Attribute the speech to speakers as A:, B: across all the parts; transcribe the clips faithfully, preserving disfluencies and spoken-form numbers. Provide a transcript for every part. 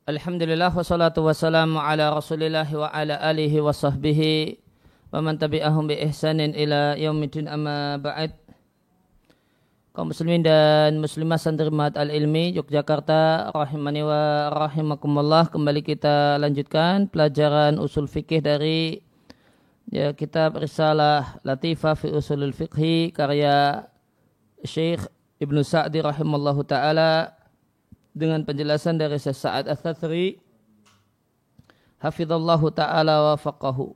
A: Alhamdulillah wassalatu wassalamu ala rasulillah wa ala alihi wa sahbihi wa man tabi'ahum bi ihsanin ila yaumiddin amma ba'd. Kaum muslimin dan muslimah santri Ma'had Al-Ilmi Yogyakarta rahimani wa rahimakumullah, kembali kita lanjutkan pelajaran usul fikih dari ya, kitab Risalah Latifah fi Usulul Fiqhi karya Syekh Ibnu Sa'di rahimallahu ta'ala dengan penjelasan dari Syekh Sa'ad Ats-Tsatsri hafizallahu ta'ala wa faqahu.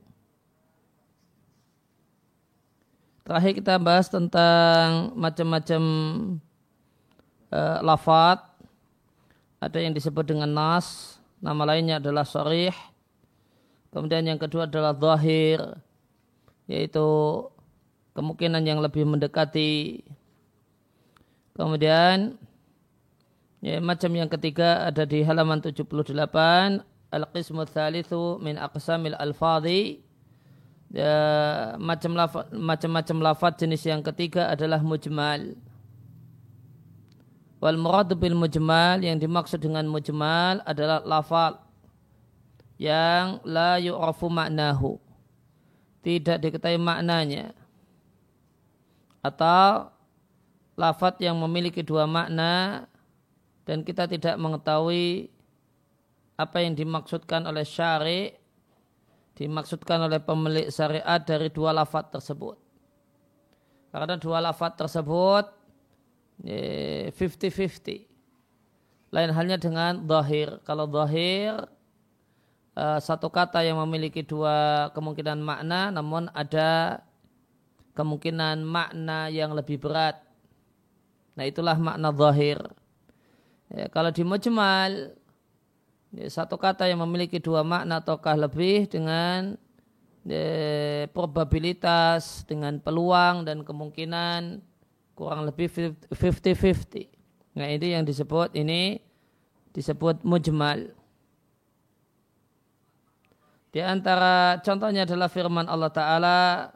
A: Terakhir kita bahas tentang macam-macam uh, lafadz. Ada yang disebut dengan nas, nama lainnya adalah sharih. Kemudian yang kedua adalah zahir, yaitu kemungkinan yang lebih mendekati. Kemudian ya, macam yang ketiga ada di halaman tujuh puluh delapan, al-qismu tsalitsu min aqsamil alfadhi. Ya, macam lafaz, macam-macam lafaz jenis yang ketiga adalah mujmal. Wal murad bil mujmal, yang dimaksud dengan mujmal adalah lafaz yang la yu'rafu maknahu, tidak diketahui maknanya, atau lafaz yang memiliki dua makna dan kita tidak mengetahui apa yang dimaksudkan oleh syari', dimaksudkan oleh pemilik syariat dari dua lafaz tersebut. Karena dua lafaz tersebut fifty fifty. Lain halnya dengan zahir. Kalau zahir satu kata yang memiliki dua kemungkinan makna, namun ada kemungkinan makna yang lebih berat. Nah, itulah makna zahir. Ya, kalau di mujmal, ya, satu kata yang memiliki dua makna ataukah lebih dengan ya, probabilitas, dengan peluang dan kemungkinan kurang lebih fifty fifty. Nah, ini yang disebut ini disebut mujmal. Di antara contohnya adalah firman Allah Ta'ala,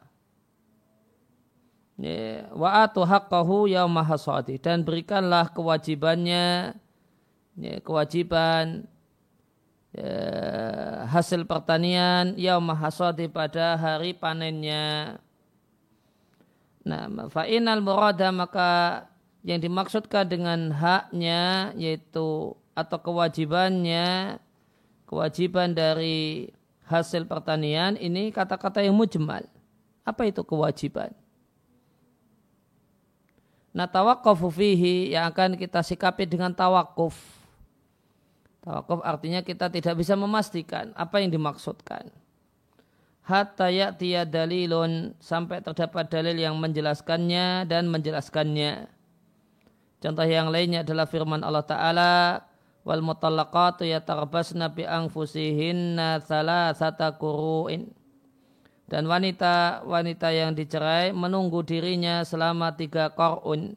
A: ya, wa atu haqqahu yauma hasadi, dan berikanlah kewajibannya, ya, kewajiban ya, hasil pertanian yauma hasadi, pada hari panennya. Nah, fa inal murada, maka yang dimaksudkan dengan haknya yaitu atau kewajibannya, kewajiban dari hasil pertanian ini kata-kata yang mujmal. Apa itu kewajiban? Nah, tawaqqafu fihi, yang akan kita sikapi dengan tawakuf. Tawakuf artinya kita tidak bisa memastikan apa yang dimaksudkan. Hatta ya'tiya dalilun, sampai terdapat dalil yang menjelaskannya dan menjelaskannya. Contoh yang lainnya adalah firman Allah Ta'ala, wal mutallaqatu yatarabbasna bi anfusihinna thalathata quru'in. Dan wanita-wanita yang dicerai menunggu dirinya selama tiga qur'un.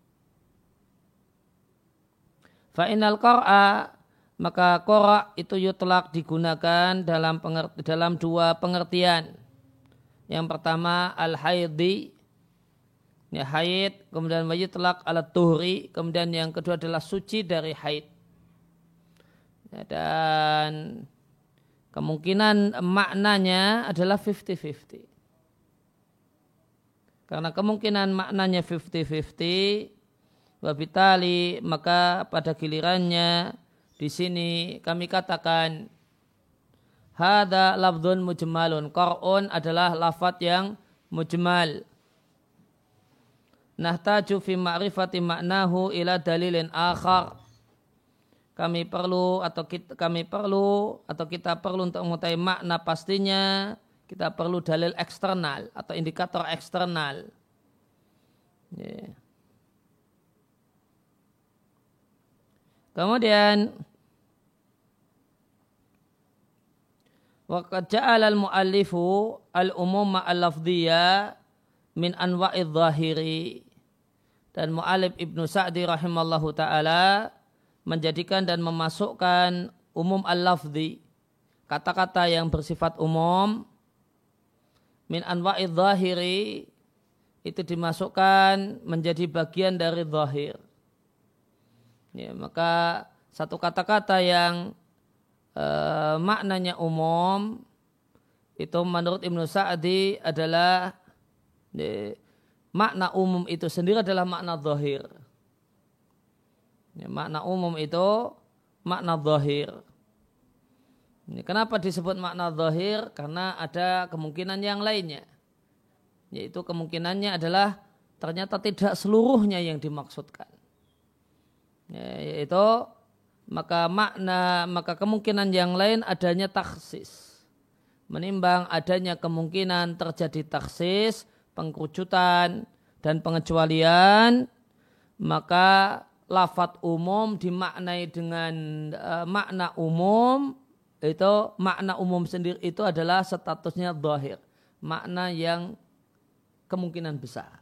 A: Fa innal qur'a, maka qura' itu yutlaq, digunakan dalam pengerti, dalam dua pengertian. Yang pertama al-haidhi, ya, haid, kemudian yutlaq ala-tuhri, kemudian yang kedua adalah suci dari haid. Ya, dan kemungkinan maknanya adalah fifty fifty. Karena kemungkinan maknanya fifty fifty, wabitali, maka pada gilirannya di sini kami katakan hada lafdzun mujmalun. Qur'un adalah lafaz yang mujmal. Nahtaju fi ma'rifati maknahu ila dalilin akhar. Kami perlu atau kita, kami perlu atau kita perlu untuk mengetahui makna pastinya, kita perlu dalil eksternal atau indikator eksternal. Yeah. Kemudian waqad ja'ala al-mu'allifu al-umuma al-lafdhiyya min anwa'idh dhahiri. Dan mu'allif Ibnu Sa'di rahimallahu ta'ala menjadikan dan memasukkan umum al-lafzi, kata-kata yang bersifat umum, min anwa'idh dhahiri, itu dimasukkan menjadi bagian dari zahir. Ya, maka satu kata-kata yang uh, maknanya umum itu menurut Ibnu Sa'di adalah uh, makna umum itu sendiri adalah makna zahir. Ya, makna umum itu makna zahir. Ini kenapa disebut makna zahir? Karena ada kemungkinan yang lainnya. Yaitu kemungkinannya adalah ternyata tidak seluruhnya yang dimaksudkan. Ya, yaitu maka makna maka kemungkinan yang lain adanya takhsis. Menimbang adanya kemungkinan terjadi takhsis, pengkerucutan dan pengecualian, maka lafadz umum dimaknai dengan uh, makna umum, itu makna umum sendiri itu adalah statusnya zahir, makna yang kemungkinan besar.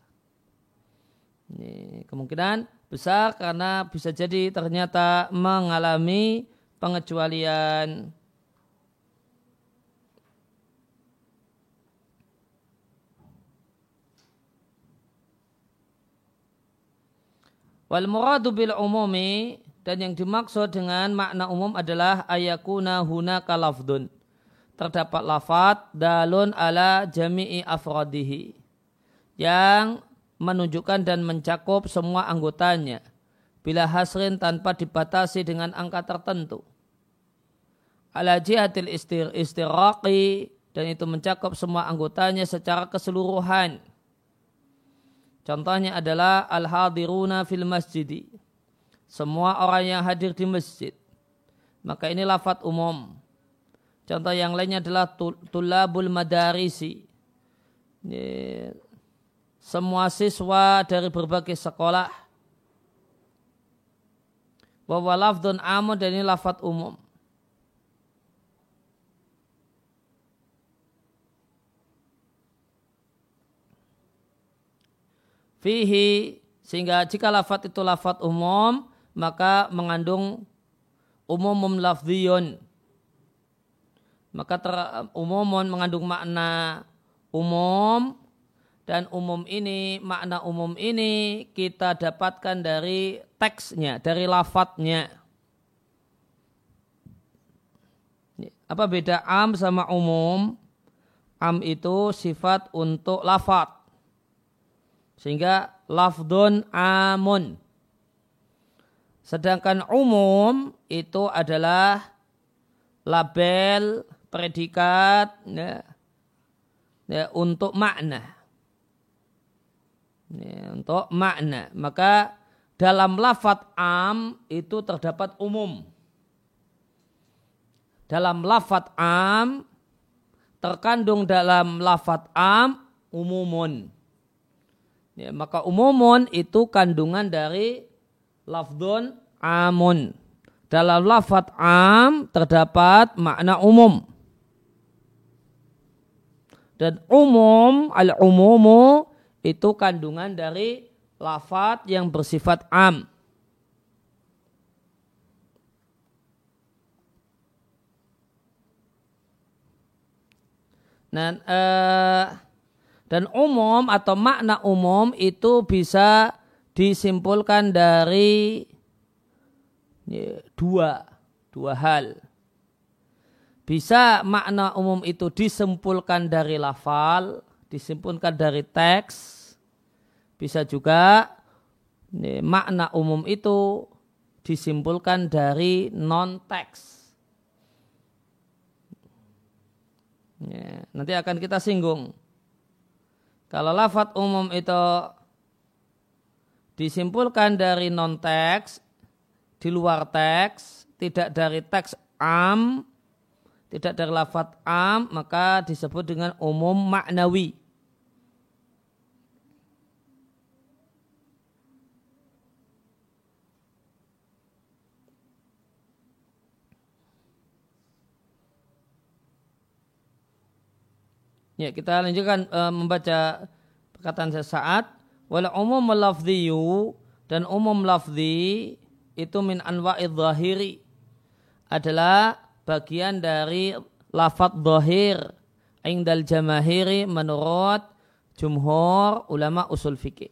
A: Ini kemungkinan besar karena bisa jadi ternyata mengalami pengecualian. Wal muradu bil umumi, dan yang dimaksud dengan makna umum adalah ayakuna hunaka lafdun. Terdapat lafadz dalun ala jami'i afradihi, yang menunjukkan dan mencakup semua anggotanya bila hasrin tanpa dibatasi dengan angka tertentu. Ala jihatil istir, istiraqi, dan itu mencakup semua anggotanya secara keseluruhan. Contohnya adalah al-hadiruna fil masjidi, semua orang yang hadir di masjid. Maka ini lafadz umum. Contoh yang lainnya adalah tulabul madarisi, ini semua siswa dari berbagai sekolah. Wa huwa lafdzun amun, dan ini lafadz umum. Fihi, sehingga jika lafadz itu lafadz umum, maka mengandung umumum lafdziyun. Maka ter, umumun mengandung makna umum, dan umum ini, makna umum ini kita dapatkan dari teksnya, dari lafadznya. Apa beda am sama umum? Am itu sifat untuk lafadz, sehingga lafdun amun. Sedangkan umum itu adalah label, predikat ya, ya, untuk makna. Ya, untuk makna. Maka dalam lafadz am itu terdapat umum. Dalam lafadz am terkandung dalam lafadz am umumun. Ya, maka umumun itu kandungan dari lafdzun amun. Dalam lafadz am terdapat makna umum. Dan umum, al-umumu itu kandungan dari lafadz yang bersifat am. Dan eh, Dan umum atau makna umum itu bisa disimpulkan dari ya, dua, dua hal. Bisa makna umum itu disimpulkan dari lafal, disimpulkan dari teks. Bisa juga ya, makna umum itu disimpulkan dari non-teks. Ya, nanti akan kita singgung. Kalau lafadz umum itu disimpulkan dari non-teks, di luar teks, tidak dari teks am, tidak dari lafadz am, maka disebut dengan umum maknawi. Ya, kita lanjutkan e, membaca perkataan sesaat. Wal umum lafziyu, dan umum lafzi itu min anwa'idh zahiri, adalah bagian dari lafadz zahir indal jamahiri menurut jumhur ulama usul fikih.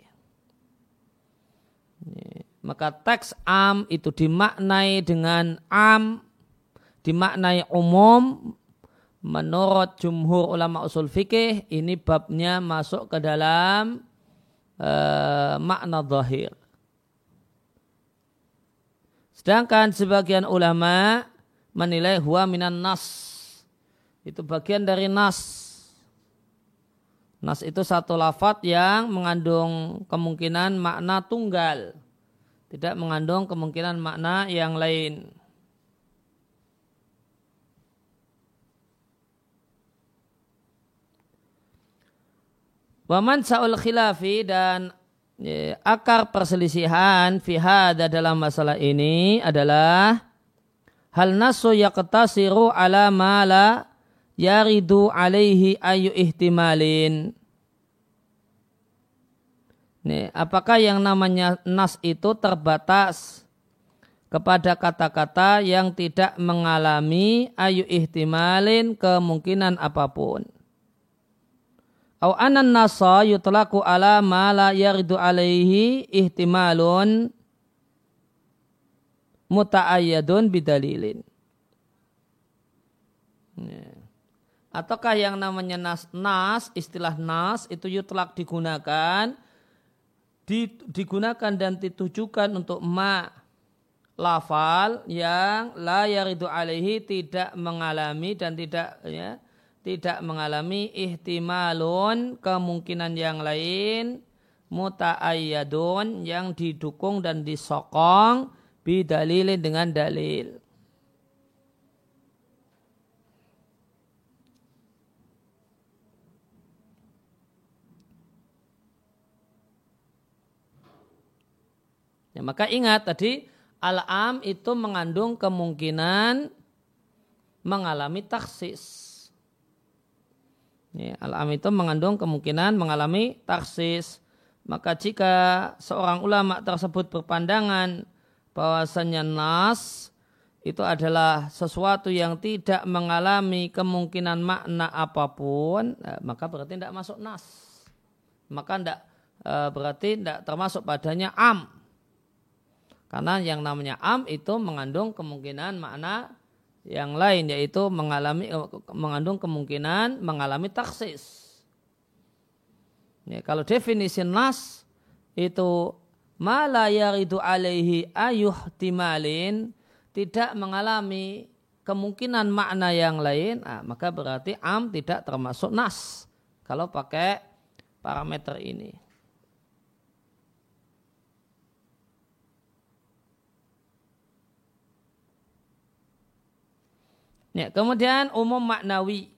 A: Maka teks am itu dimaknai dengan am dimaknai umum menurut jumhur ulama usul fikih ini babnya masuk ke dalam uh, makna zahir. Sedangkan sebagian ulama menilai huwa minan nas. Itu bagian dari nas. Nas itu satu lafadz yang mengandung kemungkinan makna tunggal. Tidak mengandung kemungkinan makna yang lain. Waman sa'ul khilafi dan ya, akar perselisihan fi hadza dalam masalah ini adalah hal nasu yaqtasiru ala ma la yaridu alaihi ayu ihtimalin. Nih, apakah yang namanya nas itu terbatas kepada kata-kata yang tidak mengalami ayu ihtimalin kemungkinan apapun. Au anan nasa yutlaqu ala ma la yaridu alaihi ihtimalun muta'ayyadun bidalilin. Nih. Ataukah yang namanya nas, nas, istilah nas itu yutlak digunakan, di, digunakan dan ditujukan untuk ma lafal yang la yaridu alaihi tidak mengalami dan tidak ya, tidak mengalami ihtimalun kemungkinan yang lain muta'ayyadun yang didukung dan disokong bidalilin dengan dalil. Ya, maka ingat tadi al-am itu mengandung kemungkinan mengalami taksis. Ya, al-am itu mengandung kemungkinan mengalami taksis. Maka jika seorang ulama tersebut berpandangan bahwasanya nas itu adalah sesuatu yang tidak mengalami kemungkinan makna apapun, maka berarti tidak masuk nas. Maka tidak berarti tidak termasuk padanya am. Karena yang namanya am itu mengandung kemungkinan makna yang lain, yaitu mengalami mengandung kemungkinan mengalami taksis. Ya, kalau definisi nas itu ma la yaridu alaihi ayuhtimalin, tidak mengalami kemungkinan makna yang lain, nah, maka berarti am tidak termasuk nas kalau pakai parameter ini. Ya, kemudian umum maknawi.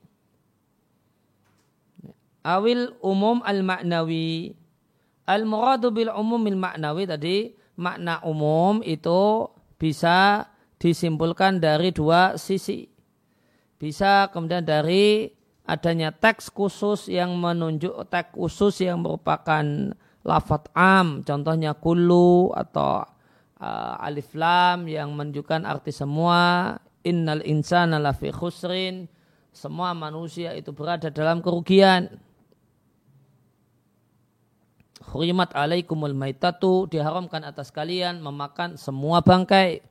A: Awil umum al-maknawi. Al-muradu bil umumil maknawi tadi, makna umum itu bisa disimpulkan dari dua sisi. Bisa kemudian dari adanya teks khusus yang menunjuk, teks khusus yang merupakan lafadz am, contohnya kullu atau uh, alif lam yang menunjukkan arti semua. Innal insana lafi khusrin, semua manusia itu berada dalam kerugian. Hurimat alaikumul maitatu, diharamkan atas kalian memakan semua bangkai.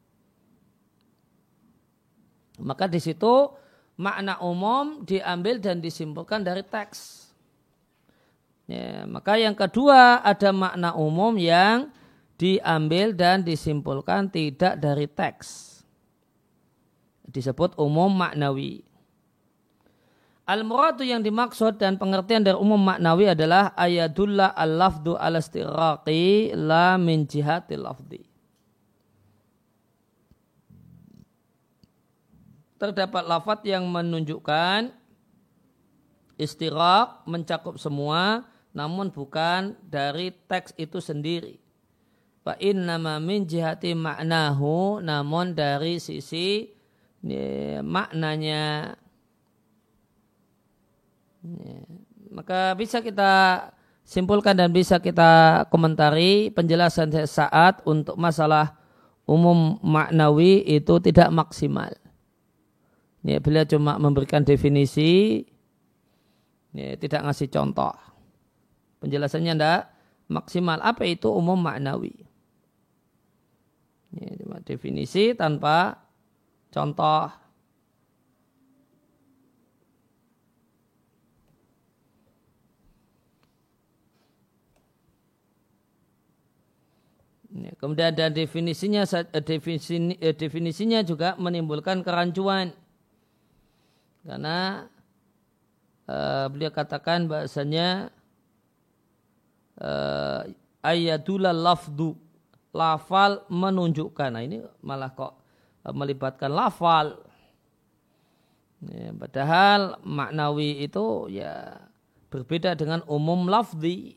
A: Maka di situ makna umum diambil dan disimpulkan dari teks. Ya, maka yang kedua ada makna umum yang diambil dan disimpulkan tidak dari teks. Disebut umum maknawi. Al-muradu yang dimaksud dan pengertian dari umum maknawi adalah ayadullah al-lafdu al-istiraqi la min jihatil lafdi. Terdapat lafadz yang menunjukkan istiraq mencakup semua namun bukan dari teks itu sendiri. Fa innama min jihati maknahu, namun dari sisi ya, maknanya. Ya, maka bisa kita simpulkan dan bisa kita komentari penjelasan saat untuk masalah umum maknawi itu tidak maksimal. Ya, beliau cuma memberikan definisi, ya, tidak ngasih contoh. Penjelasannya tidak maksimal. Apa itu umum maknawi? Ya, cuma definisi tanpa contoh. Kemudian ada definisinya, definisi, definisinya juga menimbulkan kerancuan. Karena uh, beliau katakan bahasanya uh, ayadullah lafdu, lafal menunjukkan. Nah ini malah kok uh, melibatkan lafal. Ya, padahal maknawi itu ya berbeda dengan umum lafzi.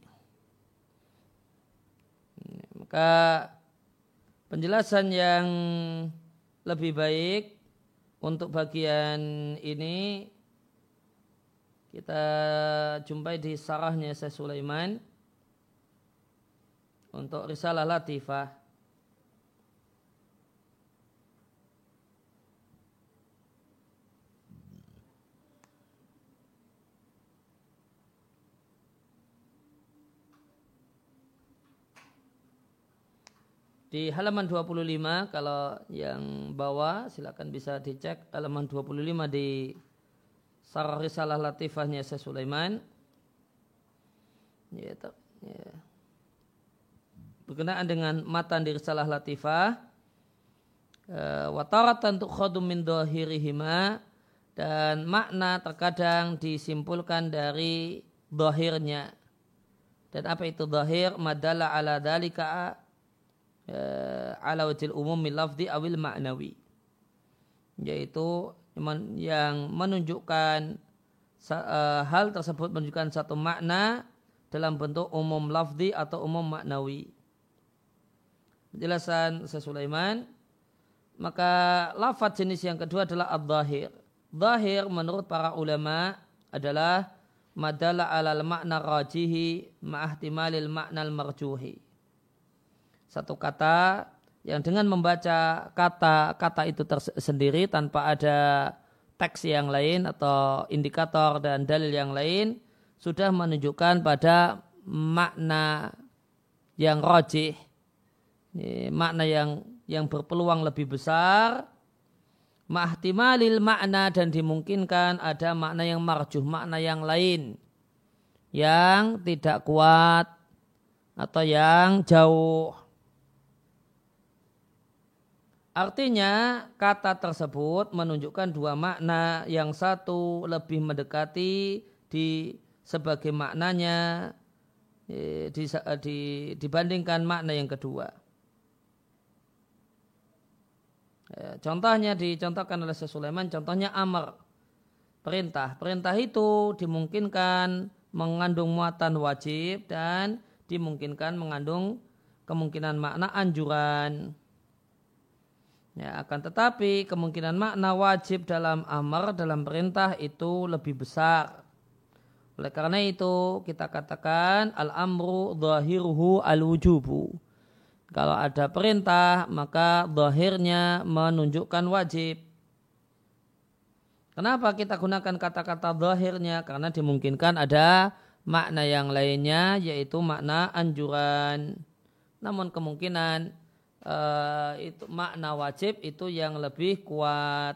A: Maka penjelasan yang lebih baik untuk bagian ini kita jumpai di sarahnya Syekh Sulaiman untuk Risalah Latifah. Di halaman dua puluh lima, kalau yang bawah silakan bisa dicek halaman dua puluh lima di Sarah Risalah Latifahnya Syekh Sulaiman. Ya, ya. Berkenaan dengan matan di Risalah Latifah, wa taratan tukhadhu min dhahirihima, dan makna terkadang disimpulkan dari dhahirnya. Dan apa itu dhahir? Madalla ala dzalika ala wajhil umum min lafzi awil ma'nawi, yaitu yang menunjukkan hal tersebut menunjukkan satu makna dalam bentuk umum lafzi atau umum maknawi. Penjelasan Syekh Sulaiman, maka lafaz jenis yang kedua adalah ad-dhahir. Dhahir menurut para ulama adalah madalla alal makna rajihi ma'ahtimalil makna al-marjuhi. Satu kata yang dengan membaca kata-kata itu tersendiri tanpa ada teks yang lain atau indikator dan dalil yang lain sudah menunjukkan pada makna yang rajih, makna yang yang berpeluang lebih besar, ma'ahtimalil makna, dan dimungkinkan ada makna yang marjuh, makna yang lain yang tidak kuat atau yang jauh. Artinya kata tersebut menunjukkan dua makna, yang satu lebih mendekati di sebagai maknanya di, di, dibandingkan makna yang kedua. Contohnya dicontohkan oleh Syekh Sulaiman, contohnya amr, perintah. Perintah itu dimungkinkan mengandung muatan wajib dan dimungkinkan mengandung kemungkinan makna anjuran. Ya, akan tetapi kemungkinan makna wajib dalam amar, dalam perintah itu lebih besar. Oleh karena itu kita katakan al-amru dhahiruhu al-wujubu. Kalau ada perintah maka dhahirnya menunjukkan wajib. Kenapa kita gunakan kata-kata dhahirnya? Karena dimungkinkan ada makna yang lainnya, yaitu makna anjuran. Namun kemungkinan Uh, itu makna wajib itu yang lebih kuat.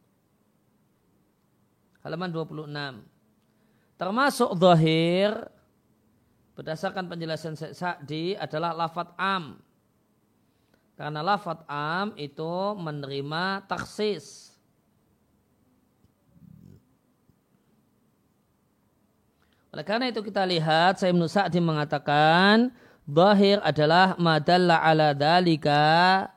A: Halaman dua puluh enam. Termasuk dhahir berdasarkan penjelasan Syekh Sa'di adalah lafadz am. Karena lafadz am itu menerima taksis. Oleh karena itu kita lihat Syekh Ibnu Sa'di mengatakan dhahir adalah madalla ala dalika,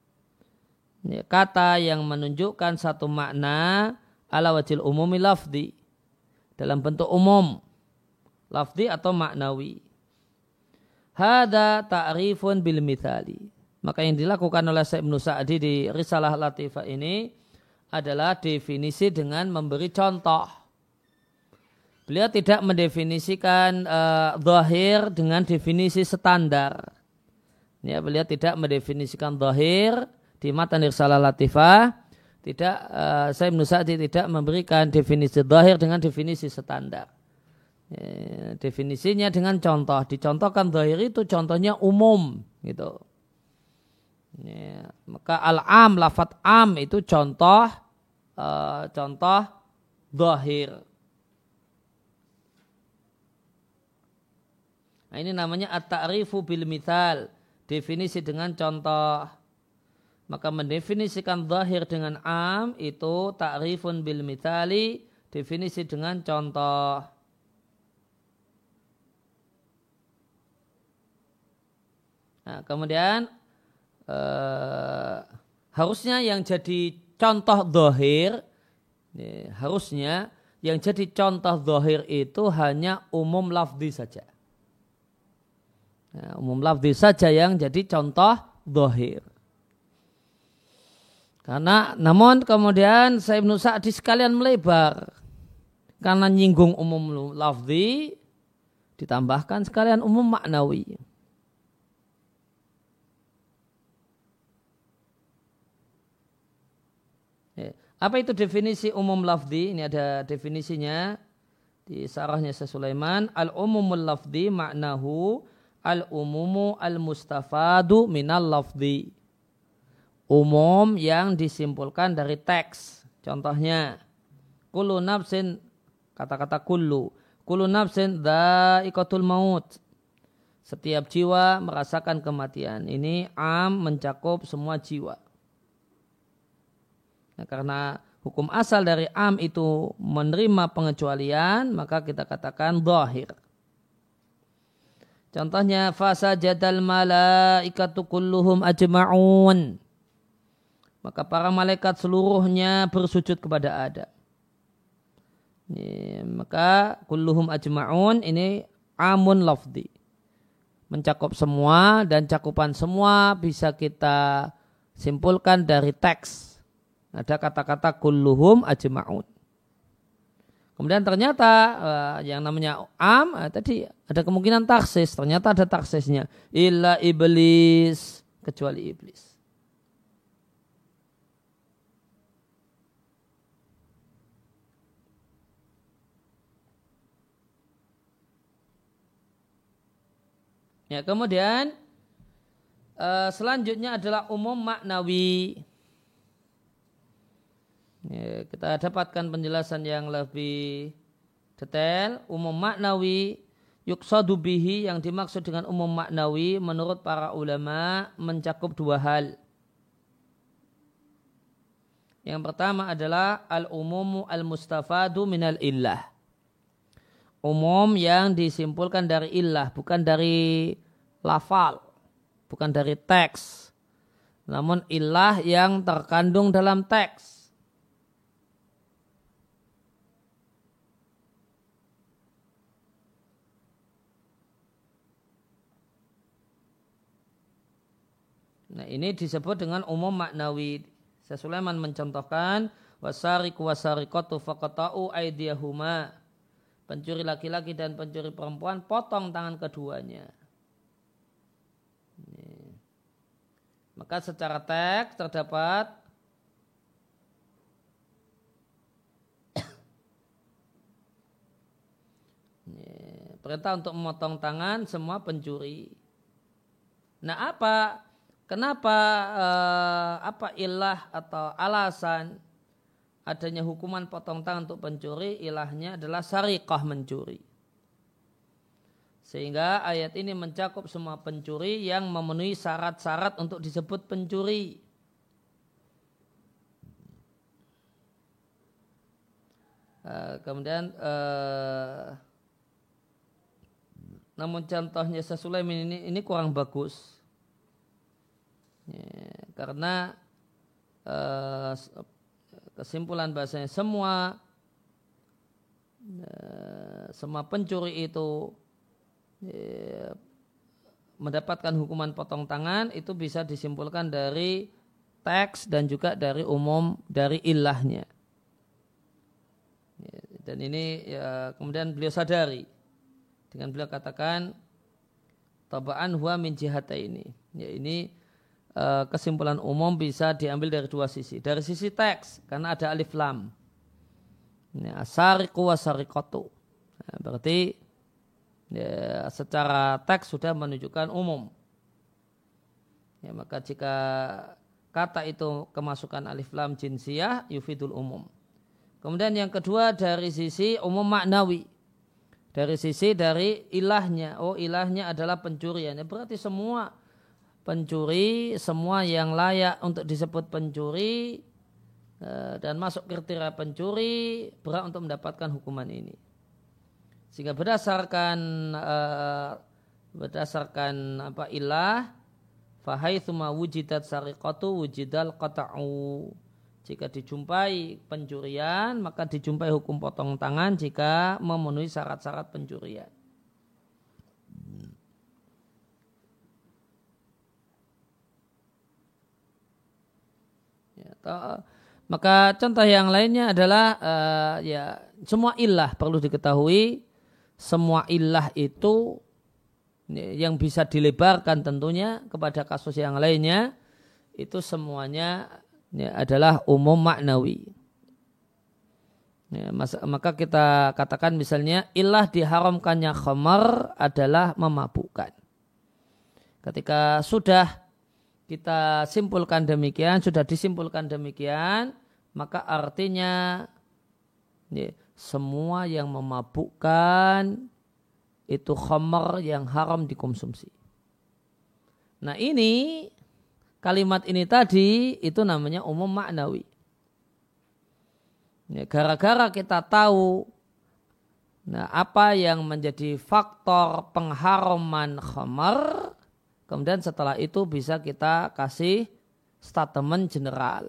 A: kata yang menunjukkan satu makna ala wajil umumi lafzi, dalam bentuk umum lafzi atau maknawi. Hada ta'rifun bil mithali. Maka yang dilakukan oleh Syekh Ibnu Sa'di di Risalah Latifah ini adalah definisi dengan memberi contoh. Beliau tidak mendefinisikan uh, dhahir dengan definisi standar. Ya, beliau tidak mendefinisikan dhahir di matan Risalah Latifah. Tidak, uh, Syekh Ibnu Sa'di tidak memberikan definisi dhahir dengan definisi standar. Ya, definisinya dengan contoh. Dicontohkan dhahir itu contohnya umum, gitu. Ya, maka al-am, lafat am itu contoh uh, contoh zahir. Nah, ini namanya at-ta'rifu bil mithal, definisi dengan contoh. Maka mendefinisikan zahir dengan am itu ta'rifun bil mithali, definisi dengan contoh. Nah, kemudian Uh, harusnya yang jadi contoh zahir, ya, harusnya yang jadi contoh zahir itu hanya umum lafzi saja. Nah, umum lafzi saja yang jadi contoh zahir. Karena namun kemudian Syekh Ibnu Sa'di sekalian melebar karena nyinggung umum lafzi, ditambahkan sekalian umum maknawi. Apa itu definisi umum lafzi? Ini ada definisinya di sarahnya Syekh Sulaiman. Al-umumul lafzi maknahu al-umumu al-mustafadu minal lafzi. Umum yang disimpulkan dari teks. Contohnya, kullu nafsin, kata-kata kullu. Kullu nafsin dha'iqatul maut. Setiap jiwa merasakan kematian. Ini am mencakup semua jiwa. Nah, karena hukum asal dari am itu menerima pengecualian, maka kita katakan zahir. Contohnya, fasajadal malaikatu kulluhum ajma'un. Maka para malaikat seluruhnya bersujud kepada Adam. Ini, maka kulluhum ajma'un ini amun lafzi. Mencakup semua, dan cakupan semua bisa kita simpulkan dari teks. Ada kata-kata kulluhum ajma'un. Kemudian ternyata uh, yang namanya am, uh, tadi ada kemungkinan taksis. Ternyata ada taksisnya. Illa iblis, kecuali iblis. Ya, kemudian uh, selanjutnya adalah umum maknawi. Ya, kita dapatkan penjelasan yang lebih detail. Umum maknawi yuqsadu bihi, yang dimaksud dengan umum maknawi menurut para ulama mencakup dua hal. Yang pertama adalah al-umumu al-mustafadu minal illah. Umum yang disimpulkan dari illah, bukan dari lafal, bukan dari teks. Namun illah yang terkandung dalam teks. Nah, ini disebut dengan umum maknawi. Syekh Sulaiman mencontohkan wasariqu wasariqatu faqata'u aydiyahuma. Pencuri laki-laki dan pencuri perempuan potong tangan keduanya. Ini. Maka secara teks terdapat ini, perintah untuk memotong tangan semua pencuri. Nah, apa Kenapa eh, apa ilah atau alasan adanya hukuman potong tangan untuk pencuri? Ilahnya adalah sariqah, mencuri. Sehingga ayat ini mencakup semua pencuri yang memenuhi syarat-syarat untuk disebut pencuri. Eh, kemudian eh, namun contohnya Syekh Sulaiman ini ini kurang bagus. Ya, karena uh, kesimpulan bahasanya semua uh, semua pencuri itu uh, mendapatkan hukuman potong tangan, itu bisa disimpulkan dari teks dan juga dari umum dari ilahnya. Ya, dan ini ya, kemudian beliau sadari dengan beliau katakan tabaan huwa min jihata ini. Ya, ini kesimpulan umum bisa diambil dari dua sisi. Dari sisi teks, karena ada alif lam. Asariqu wasariqatu. Nah, berarti ya, secara teks sudah menunjukkan umum. Ya, maka jika kata itu kemasukan alif lam jinsiyah yufidul umum. Kemudian yang kedua dari sisi umum maknawi. Dari sisi dari ilahnya. Oh, ilahnya adalah pencurian. Ya, berarti semua pencuri, semua yang layak untuk disebut pencuri dan masuk kriteria pencuri berhak untuk mendapatkan hukuman ini. Sehingga berdasarkan berdasarkan apa ilah, fahaitsuma wujidat sariqatu wujidal qata'u. Jika dijumpai pencurian, maka dijumpai hukum potong tangan jika memenuhi syarat-syarat pencurian. Ya, toh, maka contoh yang lainnya adalah uh, ya semua ilah perlu diketahui, semua ilah itu yang bisa dilebarkan tentunya kepada kasus yang lainnya itu semuanya ya, adalah umum maknawi. Ya, maka kita katakan misalnya ilah diharamkannya khamar adalah memabukkan. Ketika sudah kita simpulkan demikian, sudah disimpulkan demikian, maka artinya ya, semua yang memabukkan itu khamar yang haram dikonsumsi. Nah ini, kalimat ini tadi itu namanya umum maknawi. Ya, gara-gara kita tahu nah, apa yang menjadi faktor pengharaman khamar, kemudian setelah itu bisa kita kasih statement general.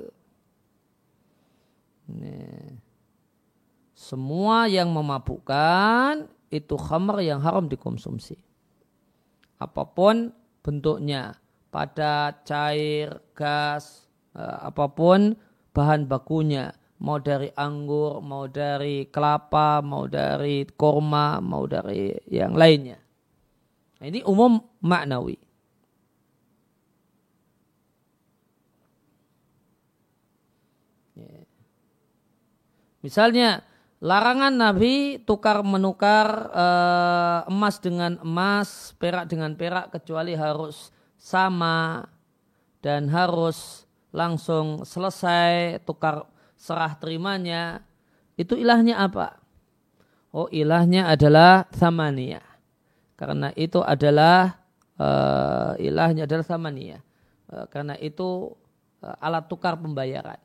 A: Nah, semua yang memabukkan itu khamar yang haram dikonsumsi. Apapun bentuknya, padat, cair, gas, apapun bahan bakunya, mau dari anggur, mau dari kelapa, mau dari korma, mau dari yang lainnya. Nah, ini umum maknawi. Misalnya, larangan Nabi tukar menukar e, emas dengan emas, perak dengan perak kecuali harus sama dan harus langsung selesai tukar serah terimanya. Itu ilahnya apa? Oh, ilahnya adalah thamaniyah. Karena itu adalah e, ilahnya adalah thamaniyah. E, karena itu e, alat tukar pembayaran.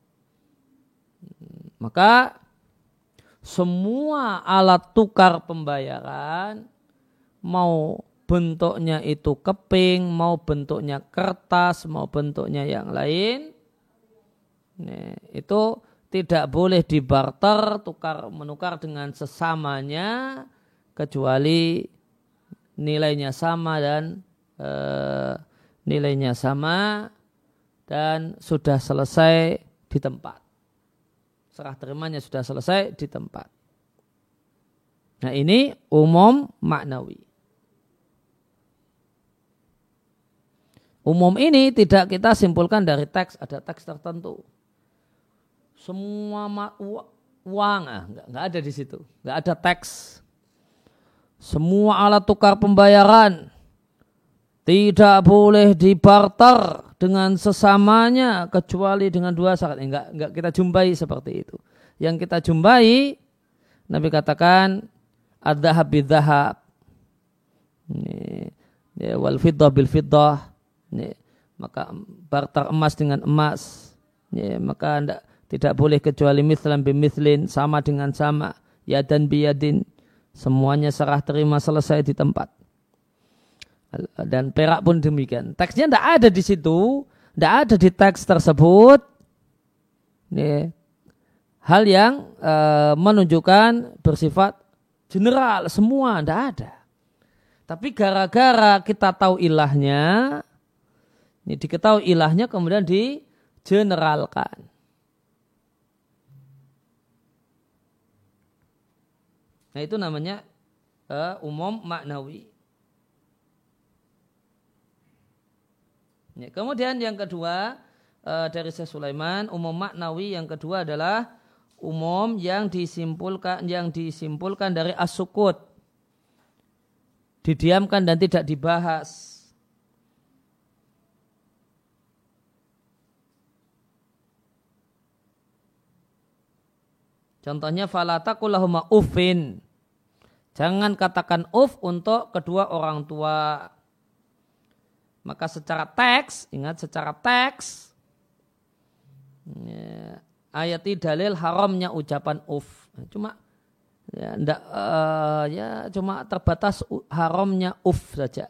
A: Maka semua alat tukar pembayaran, mau bentuknya itu keping, mau bentuknya kertas, mau bentuknya yang lain, nah, itu tidak boleh dibarter, tukar menukar dengan sesamanya, kecuali nilainya sama dan e, nilainya sama dan sudah selesai di tempat. Serah terimanya sudah selesai di tempat. Nah ini umum maknawi. Umum ini tidak kita simpulkan dari teks, ada teks tertentu. Semua ma- uang, ah, enggak, enggak ada di situ. Enggak ada teks. Semua alat tukar pembayaran tidak boleh dibarter dengan sesamanya kecuali dengan dua syarat. Enggak, enggak kita jumpai seperti itu. Yang kita jumpai, Nabi katakan adzhab bidzahab, wal fiddah bil fiddah, maka barter emas dengan emas, maka enggak, tidak boleh kecuali mithlan bimithlin, sama dengan sama, yadan biyadin, semuanya serah terima selesai di tempat. Dan perak pun demikian. Teksnya tidak ada di situ, tidak ada di teks tersebut. Ini hal yang e, menunjukkan bersifat general, semua tidak ada. Tapi gara-gara kita tahu ilahnya, ini diketahui ilahnya kemudian digeneralkan. Nah itu namanya e, umum maknawi. Ya, kemudian yang kedua uh, dari Syekh Sulaiman, umum maknawi yang kedua adalah umum yang disimpulkan yang disimpulkan dari as-sukut, didiamkan dan tidak dibahas. Contohnya fala taqul lahuma uffin. Jangan katakan uf untuk kedua orang tua. Maka secara teks, ingat secara teks, ya, ayat ini dalil haramnya ucapan uf. Cuma ya, enggak, uh, ya cuma terbatas haramnya uf saja.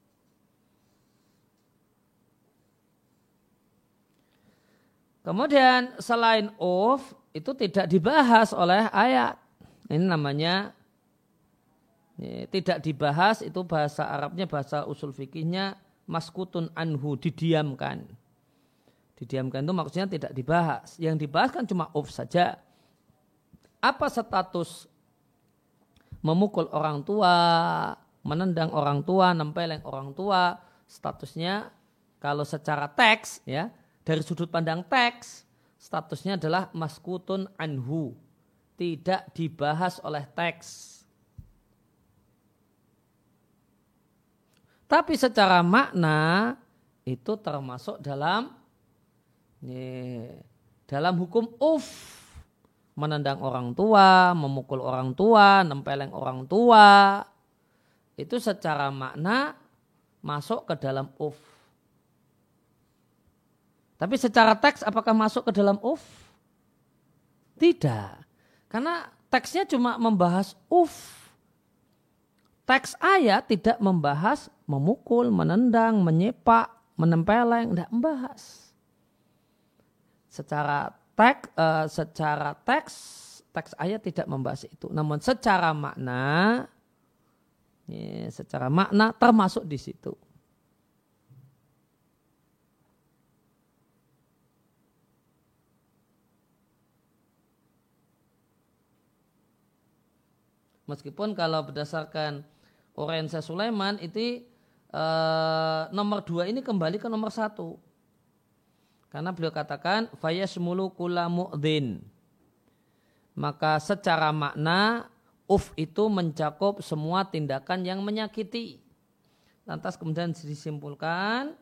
A: Kemudian selain uf itu tidak dibahas oleh ayat. Ini namanya ya, tidak dibahas, itu bahasa Arabnya, bahasa usul fikihnya maskutun anhu, didiamkan. Didiamkan itu maksudnya tidak dibahas. Yang dibahas kan cuma uf saja. Apa status memukul orang tua, menendang orang tua, nempeleng orang tua? Statusnya kalau secara teks, ya dari sudut pandang teks, statusnya adalah maskutun anhu, tidak dibahas oleh teks. Tapi secara makna itu termasuk dalam nih, dalam hukum uf, menendang orang tua, memukul orang tua, nempeleng orang tua, itu secara makna masuk ke dalam uf. Tapi secara teks apakah masuk ke dalam uf? Tidak. Karena teksnya cuma membahas uf. Teks ayat tidak membahas memukul, menendang, menyepak, menempeleng, tidak membahas. Secara teks, uh, secara teks, teks ayat tidak membahas itu. Namun secara makna, ya, secara makna termasuk di situ. Meskipun kalau berdasarkan Urensa Sulaiman itu eh, nomor dua ini kembali ke nomor satu. Karena beliau katakan fayashmulu kulla mu'dhin. Maka secara makna uf itu mencakup semua tindakan yang menyakiti. Lantas kemudian disimpulkan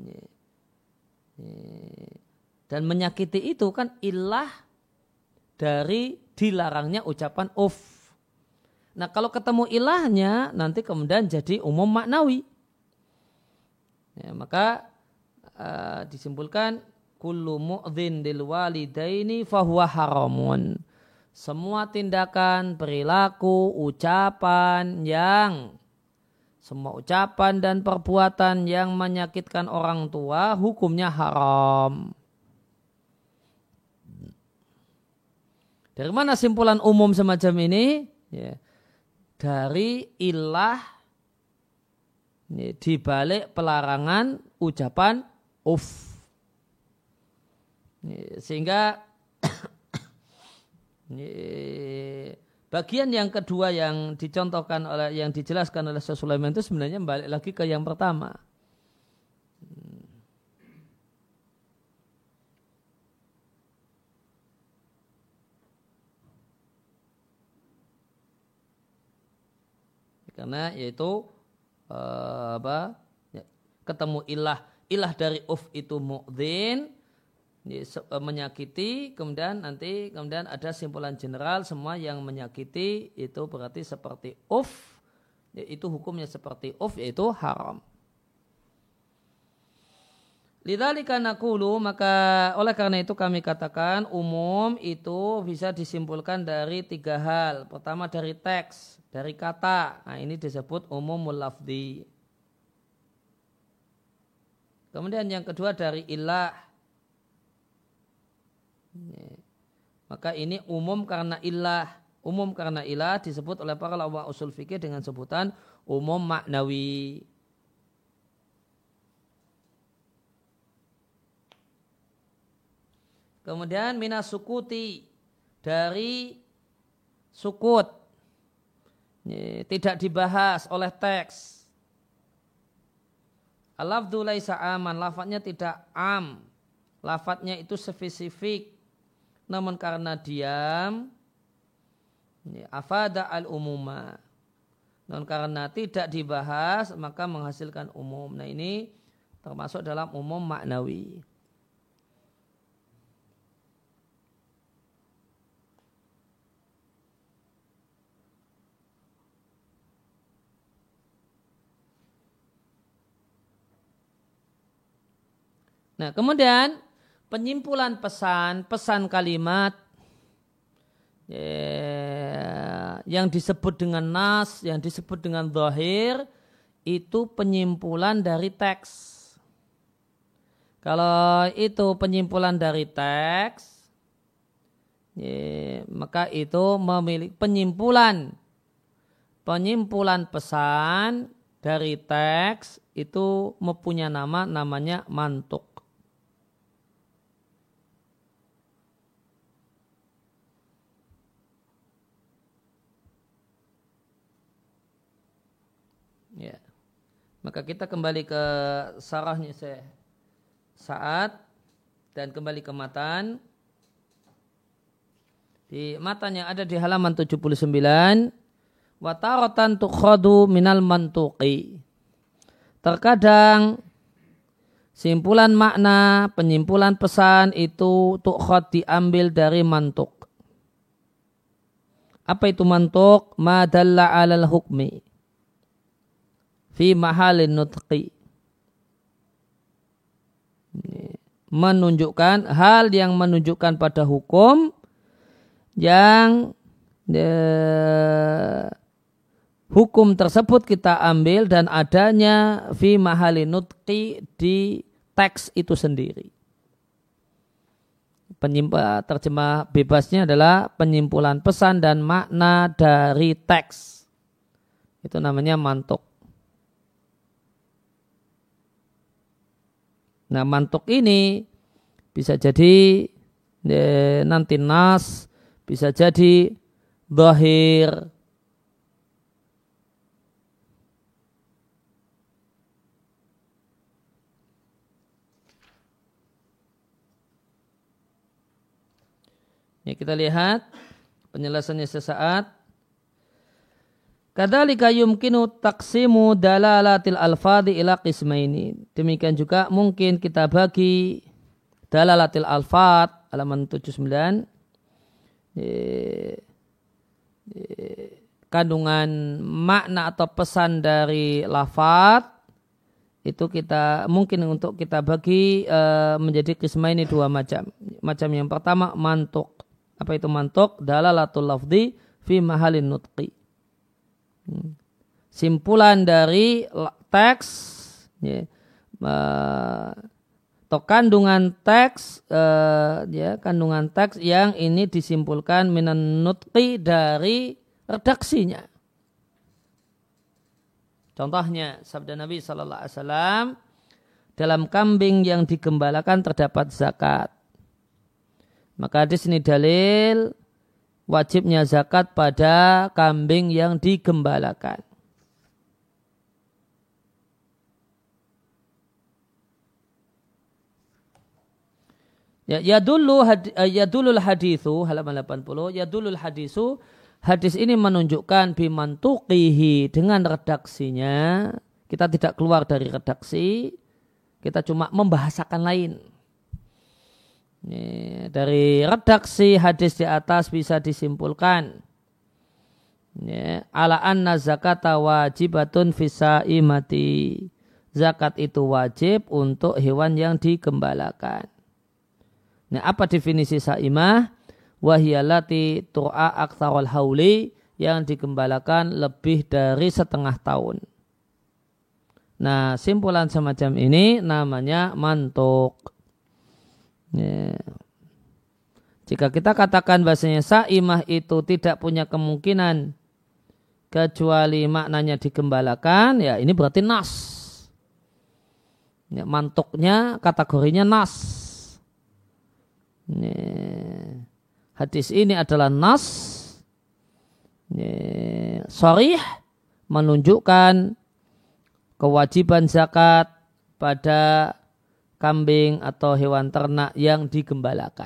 A: dan menyakiti itu kan ilah dari dilarangnya ucapan uf. Nah kalau ketemu ilahnya nanti kemudian jadi umum maknawi. Ya, maka uh, disimpulkan kullu mu'dhin lil walidaini fahuwa haramun. Semua tindakan, perilaku, ucapan yang semua ucapan dan perbuatan yang menyakitkan orang tua hukumnya haram. Dari mana simpulan umum semacam ini? Ya. Dari ilah di balik pelarangan ucapan uf. Sehingga bagian yang kedua yang dicontohkan oleh, yang dijelaskan oleh Syekh Sulaiman itu sebenarnya balik lagi ke yang pertama. Karena yaitu uh, apa ya, ketemu ilah ilah dari uf itu mu'dhin, ya, menyakiti, kemudian nanti kemudian ada simpulan general semua yang menyakiti itu berarti seperti uf, yaitu hukumnya seperti uf, yaitu haram. Lidzalika naqulu, maka oleh karena itu kami katakan umum itu bisa disimpulkan dari tiga hal. Pertama dari teks, dari kata. Nah ini disebut umumul lafzi. Kemudian yang kedua dari ilah. Maka ini umum karena ilah. Umum karena ilah disebut oleh para ulama usul fikih dengan sebutan umum maknawi. Kemudian minas sukuti, dari sukut, ini tidak dibahas oleh teks. Al-lafdhu laisa aman, lafadznya tidak am, lafadznya itu spesifik. Namun karena diam, ini afada al-umuma. Namun karena tidak dibahas maka menghasilkan umum. Nah ini termasuk dalam umum maknawi. Nah, kemudian penyimpulan pesan, pesan kalimat ya, yang disebut dengan nas, yang disebut dengan zahir, itu penyimpulan dari teks. Kalau itu penyimpulan dari teks, ya, maka itu memiliki penyimpulan penyimpulan pesan dari teks itu mempunyai nama, namanya mantuk. Ya. Maka kita kembali ke sarahnya Syekh Sa'ad dan kembali ke matan. Di matan yang ada di halaman tujuh puluh sembilan, wa taratan tukhadu minal mantuqi. Terkadang simpulan makna, penyimpulan pesan itu tukhad diambil dari mantuk. Apa itu mantuk? Ma dalla 'alal hukmi fi mahalin nutqi. Menunjukkan hal yang menunjukkan pada hukum yang eh, hukum tersebut kita ambil dan adanya fi mahalin nutqi di teks itu sendiri. Penyimpulan terjemah bebasnya adalah penyimpulan pesan dan makna dari teks. Itu namanya mantuk. Nah, mantuk ini bisa jadi eh, nanti nas, bisa jadi zahir. Ya, kita lihat penjelasannya sesaat. Kadzalika yumkinu taqsimu dalalatil alfadhi ila qismaini. Demikian juga mungkin kita bagi dalalatil alfad halaman tujuh puluh sembilan. Kandungan makna atau pesan dari lafaz itu kita mungkin untuk kita bagi e, menjadi qismaini dua macam. Macam yang pertama mantuk. Apa itu mantuk? Dalalatul lafzi fi mahalin nutqi. Simpulan dari teks ya, atau kandungan teks uh, ya, kandungan teks yang ini disimpulkan minan nutqi dari redaksinya. Contohnya sabda Nabi Sallallahu Alaihi Wasallam, dalam kambing yang digembalakan terdapat zakat. Maka di sini dalil wajibnya zakat pada kambing yang digembalakan. Ya, yadullu had, yadulul hadithu halaman delapan puluh, yadulul hadisu, hadis ini menunjukkan bimantuqihi, dengan redaksinya. Kita tidak keluar dari redaksi, kita cuma membahasakan lain. Ini, dari redaksi hadis di atas bisa disimpulkan ya, ala anna zakata wajibatun fisaimati. Zakat itu wajib untuk hewan yang digembalakan. Nah, apa definisi saimah? Wahiyalati tu'a aktsarul hauli, yang digembalakan lebih dari setengah tahun. Nah, simpulan semacam ini namanya mantuk. Ya. Jika kita katakan bahasanya saimah itu tidak punya kemungkinan kecuali maknanya digembalakan, ya ini berarti nas. Ya, mantuknya kategorinya nas. Ya. Hadis ini adalah nas, ya, sharih, menunjukkan kewajiban zakat pada kambing atau hewan ternak yang digembalakan.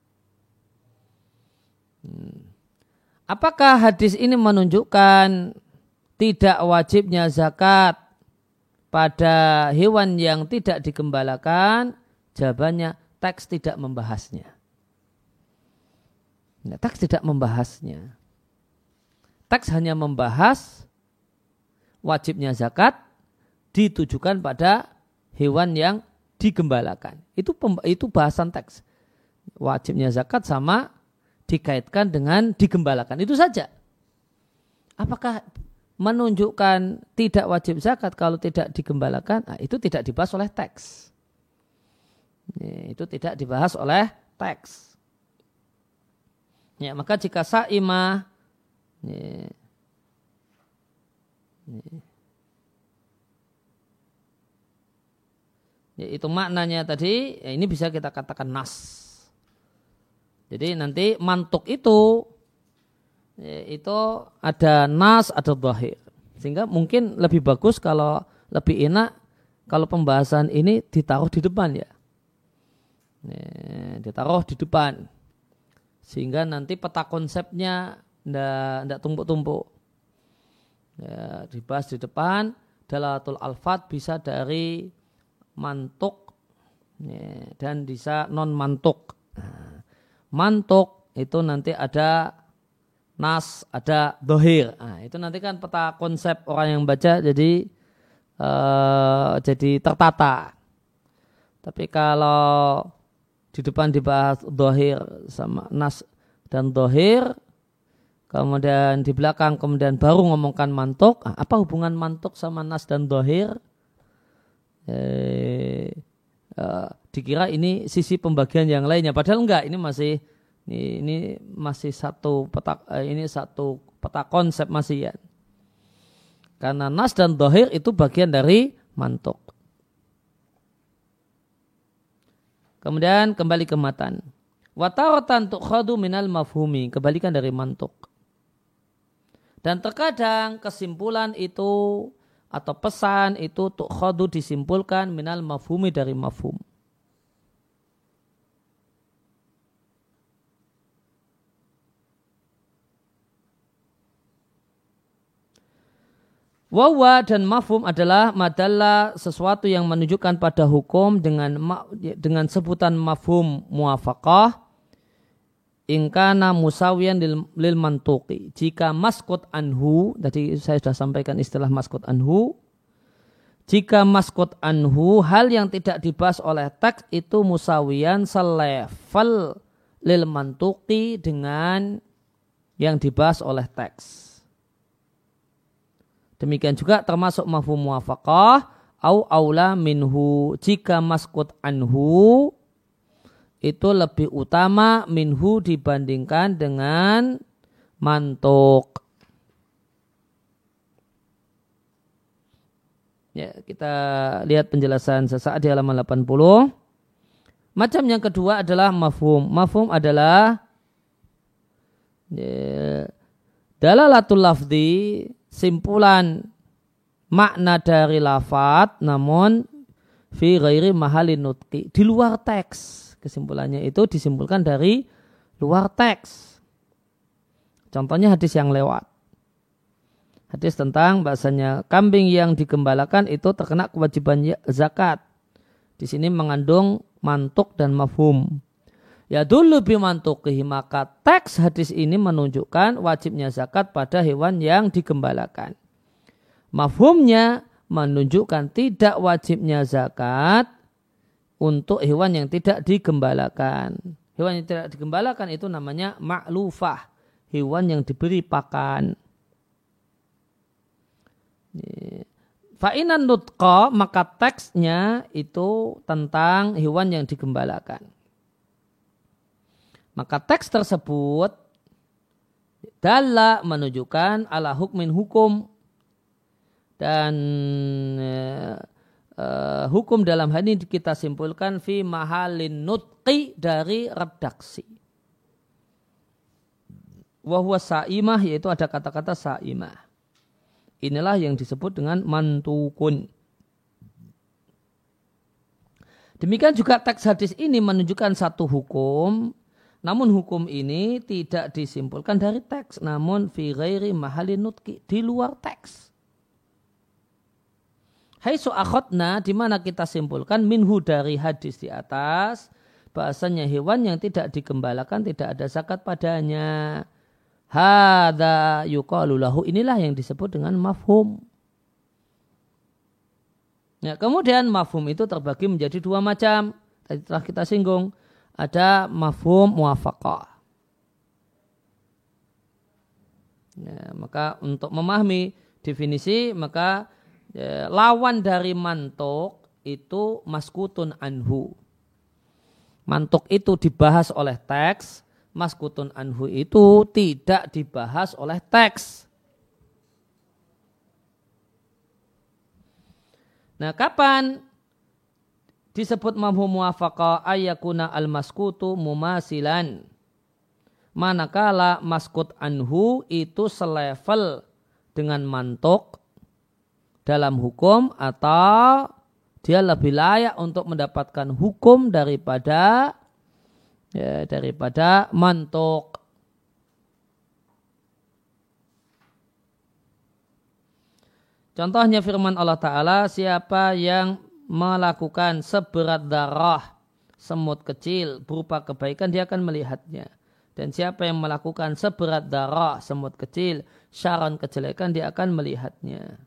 A: Apakah hadis ini menunjukkan tidak wajibnya zakat pada hewan yang tidak digembalakan? Jawabannya, teks tidak membahasnya. Teks tidak membahasnya. Teks hanya membahas wajibnya zakat ditujukan pada hewan yang digembalakan. Itu itu bahasan teks. Wajibnya zakat sama dikaitkan dengan digembalakan. Itu saja. Apakah menunjukkan tidak wajib zakat kalau tidak digembalakan? Nah, itu tidak dibahas oleh teks. Itu tidak dibahas oleh teks. Ya, maka jika sa'imah ya, ya, ya, itu maknanya tadi, ya ini bisa kita katakan nas. Jadi nanti mantuk itu ya, itu ada nas, ada dhahir. Sehingga mungkin lebih bagus kalau lebih enak kalau pembahasan ini ditaruh di depan ya. ya ditaruh di depan. Sehingga nanti peta konsepnya tidak tumpuk-tumpuk. Ya, dibahas di depan, dalalatul alfat bisa dari mantuk ya, dan bisa non mantuk. Nah, mantuk itu nanti ada nas, ada dohir. Nah, itu nanti kan peta konsep orang yang baca jadi uh, jadi tertata. Tapi kalau di depan dibahas dohir sama nas dan dohir, kemudian di belakang kemudian baru ngomongkan mantuk. Nah, apa hubungan mantuk sama nas dan dohir? Eh, uh, dikira ini sisi pembagian yang lainnya, padahal enggak. Ini masih ini, ini masih satu peta uh, ini satu peta konsep masih ya. Karena nas dan dohir itu bagian dari mantuk. Kemudian kembali ke matan. Wataratan tukhadu minal mafhumi, kebalikan dari mantuk. Dan terkadang kesimpulan itu atau pesan itu tukhadu disimpulkan minal mafhumi dari mafhum. Wawa dan mafhum adalah madalla sesuatu yang menunjukkan pada hukum dengan dengan sebutan mafhum muwafaqah ingkana musawiyan lil, lil mantuqi. Jika maskut anhu, tadi saya sudah sampaikan istilah maskut anhu. Jika maskut anhu, hal yang tidak dibahas oleh teks itu musawiyan selevel lil mantuqi dengan yang dibahas oleh teks. Demikian juga termasuk mafhum muwafaqah au aula minhu. Jika maskut anhu itu lebih utama minhu dibandingkan dengan mantuk. Ya, kita lihat penjelasan sesaat di halaman delapan puluh. Macam yang kedua adalah mafhum. Mafhum adalah ya, dalalatul lafzi, simpulan makna dari lafaz namun fi ghairi mahalin nutqi, di luar teks. Kesimpulannya itu disimpulkan dari luar teks. Contohnya hadis yang lewat. Hadis tentang bahasanya kambing yang digembalakan itu terkena kewajiban zakat. Di sini mengandung mantuk dan mafhum. Ya dulu bimantukihi, maka teks hadis ini menunjukkan wajibnya zakat pada hewan yang digembalakan. Mafhumnya menunjukkan tidak wajibnya zakat untuk hewan yang tidak digembalakan. Hewan yang tidak digembalakan itu namanya ma'lufah, hewan yang diberi pakan. Fa'inan nutqa, maka teksnya itu tentang hewan yang digembalakan. Maka teks tersebut dalla menunjukkan ala hukmin hukum, dan eh, Uh, hukum dalam hal ini kita simpulkan fi mahalin nutqi dari redaksi. Wahuwa sa'imah, yaitu ada kata-kata sa'imah. Inilah yang disebut dengan mantukun. Demikian juga teks hadis ini menunjukkan satu hukum, namun hukum ini tidak disimpulkan dari teks, namun fi ghairi mahalin nutqi, di luar teks. Haitsu akhadna, di mana kita simpulkan minhu dari hadis di atas bahasanya hewan yang tidak digembalakan tidak ada zakat padanya. Hadza yuqalu lahu, inilah yang disebut dengan mafhum. Ya, kemudian mafhum itu terbagi menjadi dua macam. Tadi telah kita singgung. Ada mafhum muwafaqah. Ya, maka untuk memahami definisi, maka ya, lawan dari mantuk itu maskutun anhu. Mantuk itu dibahas oleh teks, maskutun anhu itu tidak dibahas oleh teks. Nah, kapan disebut mafhum muwafaqah ayyakuna al-maskutu mumasilan? Manakala maskut anhu itu selevel dengan mantuk dalam hukum atau dia lebih layak untuk mendapatkan hukum daripada ya, daripada mantuk. Contohnya firman Allah Ta'ala, siapa yang melakukan seberat darah semut kecil berupa kebaikan, dia akan melihatnya. Dan siapa yang melakukan seberat darah semut kecil syaran kejelekan, dia akan melihatnya.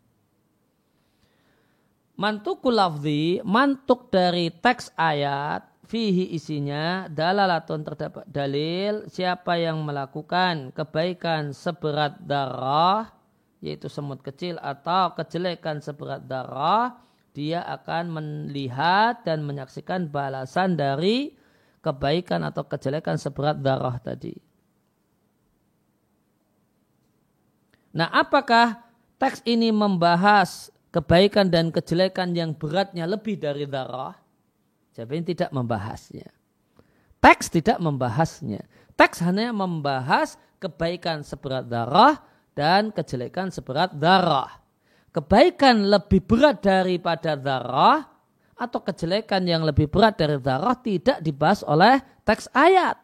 A: Mantukul lafzi, mantuk dari teks ayat, fihi isinya, dalalatun terdapat dalil, siapa yang melakukan kebaikan seberat darah, yaitu semut kecil atau kejelekan seberat darah, dia akan melihat dan menyaksikan balasan dari kebaikan atau kejelekan seberat darah tadi. Nah, apakah teks ini membahas kebaikan dan kejelekan yang beratnya lebih dari darah? Jawabnya tidak membahasnya. Teks tidak membahasnya. Teks hanya membahas kebaikan seberat darah dan kejelekan seberat darah. Kebaikan lebih berat daripada darah atau kejelekan yang lebih berat dari darah tidak dibahas oleh teks ayat.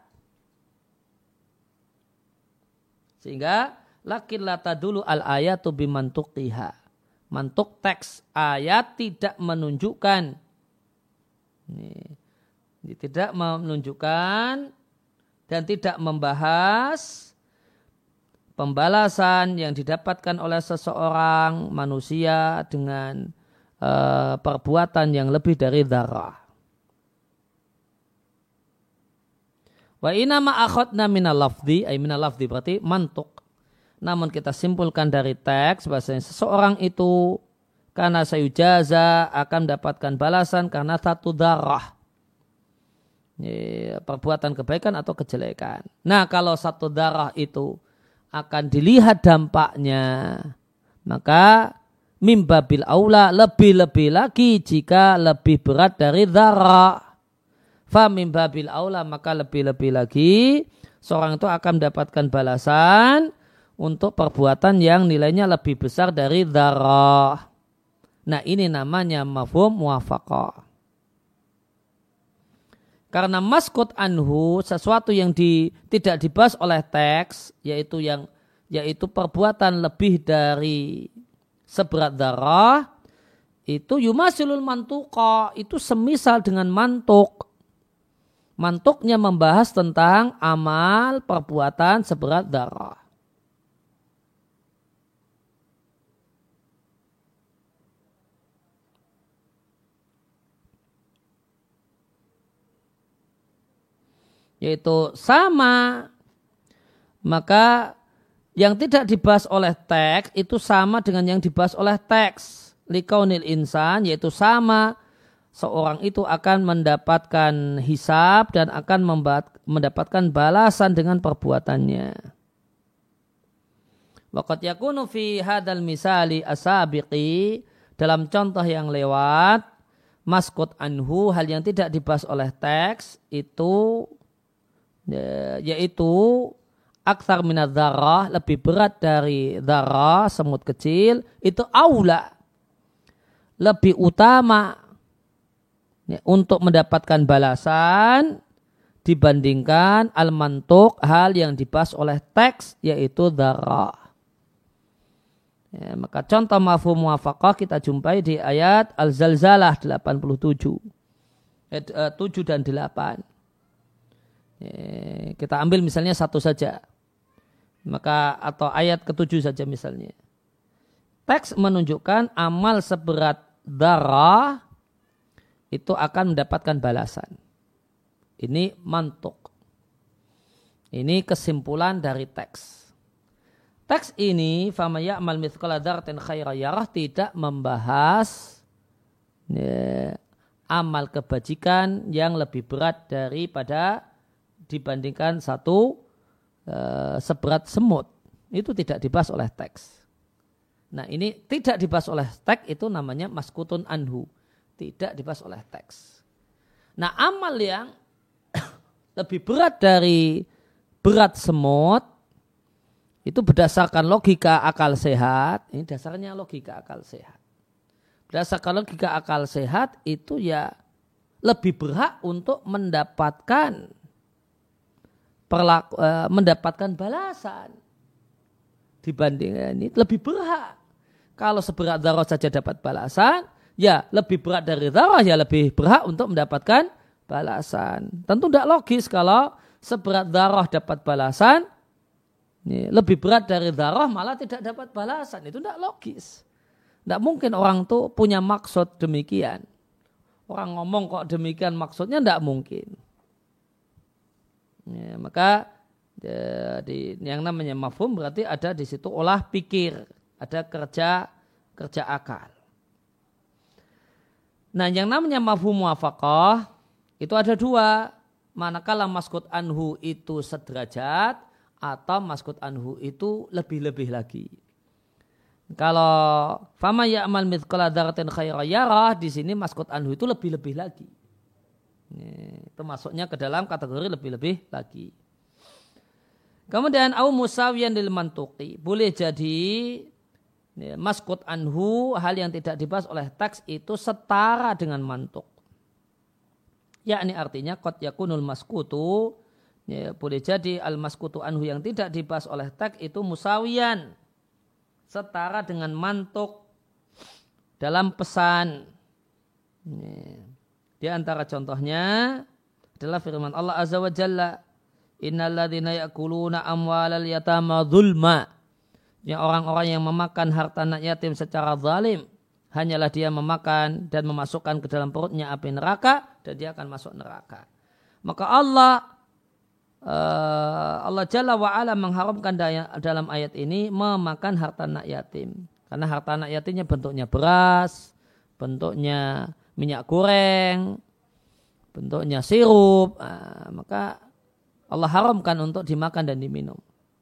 A: Sehingga lakin lata dulu al ayatu bimantuqiha. Mantuk teks ayat tidak menunjukkan ini, ini tidak menunjukkan dan tidak membahas pembalasan yang didapatkan oleh seseorang manusia dengan uh, perbuatan yang lebih dari darah. Wa inna ma akhadna minal lafzi, ay minal lafzi berarti mantuk. Namun kita simpulkan dari teks bahasanya seseorang itu karena sayujaza akan mendapatkan balasan karena satu darah. Perbuatan kebaikan atau kejelekan. Nah, kalau satu darah itu akan dilihat dampaknya, maka mimbabil aula lebih-lebih lagi jika lebih berat dari darah. Fa mimbabil aula maka lebih-lebih lagi seorang itu akan mendapatkan balasan untuk perbuatan yang nilainya lebih besar dari darah. Nah, ini namanya mafhum muwafaqah. Karena maskut anhu, sesuatu yang di, tidak dibahas oleh teks, yaitu yang yaitu perbuatan lebih dari seberat darah, itu yumasilul mantuqa, itu semisal dengan mantuk. Mantuknya membahas tentang amal perbuatan seberat darah. Yaitu sama, maka yang tidak dibahas oleh teks itu sama dengan yang dibahas oleh teks. Likaunil insan, yaitu sama, seorang itu akan mendapatkan hisab dan akan mendapatkan balasan dengan perbuatannya. Waqad yakunu fi hadal misali asabiqi, dalam contoh yang lewat, maskut anhu, hal yang tidak dibahas oleh teks itu yaitu aktsar minadz dzarrah, lebih berat dari dzarrah semut kecil, itu aula, lebih utama ya, untuk mendapatkan balasan dibandingkan al-mantuk, hal yang dibahas oleh teks yaitu dzarrah. Ya, maka contoh mafhum muwafaqah kita jumpai di ayat Al-Zalzalah delapan puluh tujuh ayat tujuh dan delapan. Kita ambil misalnya satu saja, maka atau ayat ketujuh saja misalnya. Teks menunjukkan amal seberat darah itu akan mendapatkan balasan. Ini mantuk. Ini kesimpulan dari teks. Teks ini fama ya'mal mithqala dzarratin khairan yarah tidak membahas ya, amal kebajikan yang lebih berat daripada dibandingkan satu uh, seberat semut. Itu tidak dibahas oleh teks. Nah ini tidak dibahas oleh teks itu namanya maskutun anhu. Tidak dibahas oleh teks. Nah amal yang lebih berat dari berat semut itu berdasarkan logika akal sehat. Ini dasarnya logika akal sehat. Berdasarkan logika akal sehat itu ya lebih berhak untuk mendapatkan perlaku, eh, mendapatkan balasan dibandingkan ini lebih berhak. Kalau seberat darah saja dapat balasan, ya lebih berat dari darah ya lebih berhak untuk mendapatkan balasan. Tentu tidak logis kalau seberat darah dapat balasan, ini lebih berat dari darah malah tidak dapat balasan. Itu tidak logis. Tidak mungkin orang itu punya maksud demikian. Orang ngomong kok demikian maksudnya tidak mungkin. Ya, maka ya, di, yang namanya mafhum berarti ada di situ olah pikir, ada kerja kerja akal. Nah, yang namanya mafhum muwafaqah itu ada dua. Manakala maskut anhu itu sederajat atau maskut anhu itu lebih-lebih lagi. Kalau fama ya'mal mithqala dzarratin khairan yarah, di sini maskut anhu itu lebih-lebih lagi. Ini, itu masuknya ke dalam kategori lebih-lebih lagi. Kemudian au musawiyan lil mantuqi, boleh jadi ini, maskut anhu hal yang tidak dibahas oleh teks itu setara dengan mantuk. Yakni artinya qad yakunul maskutu, ya, boleh jadi al maskutu anhu yang tidak dibahas oleh teks itu musawiyan, setara dengan mantuk dalam pesan. Ya. Di antara contohnya adalah firman Allah Azza wa Jalla, innal ladzina ya'kuluna amwalal yatama dzulma, yang orang-orang yang memakan harta anak yatim secara zalim, hanyalah dia memakan dan memasukkan ke dalam perutnya api neraka dan dia akan masuk neraka. Maka Allah uh, Allah Jalla wa Ala mengharamkan dalam ayat ini memakan harta anak yatim. Karena harta anak yatimnya bentuknya beras, bentuknya minyak goreng, bentuknya sirup, uh, maka Allah haramkan untuk dimakan dan diminum.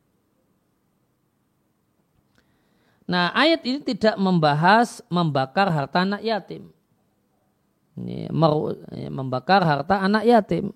A: Nah, ayat ini tidak membahas membakar harta anak yatim. Ini, meru, membakar harta anak yatim.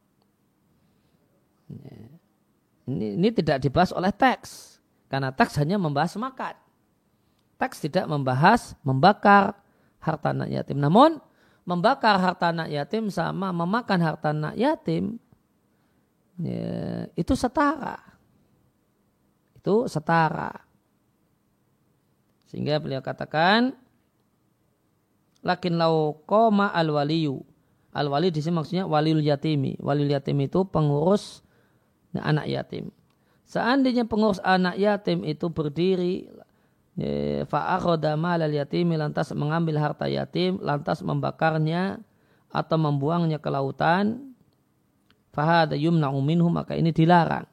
A: Ini, ini tidak dibahas oleh teks. Karena teks hanya membahas makan. Teks tidak membahas membakar harta anak yatim. Namun, membakar harta anak yatim sama memakan harta anak yatim, ya, itu setara. Itu setara. Sehingga beliau katakan, lakin lau qoma al waliyu. Al wali di sini maksudnya waliul yatimi. Waliul yatim itu pengurus anak yatim. Seandainya pengurus anak yatim itu berdiri, fa akhadha malal yatimi, lantas mengambil harta yatim, lantas membakarnya atau membuangnya ke lautan, fa hadza yumna'u minhu, maka ini dilarang.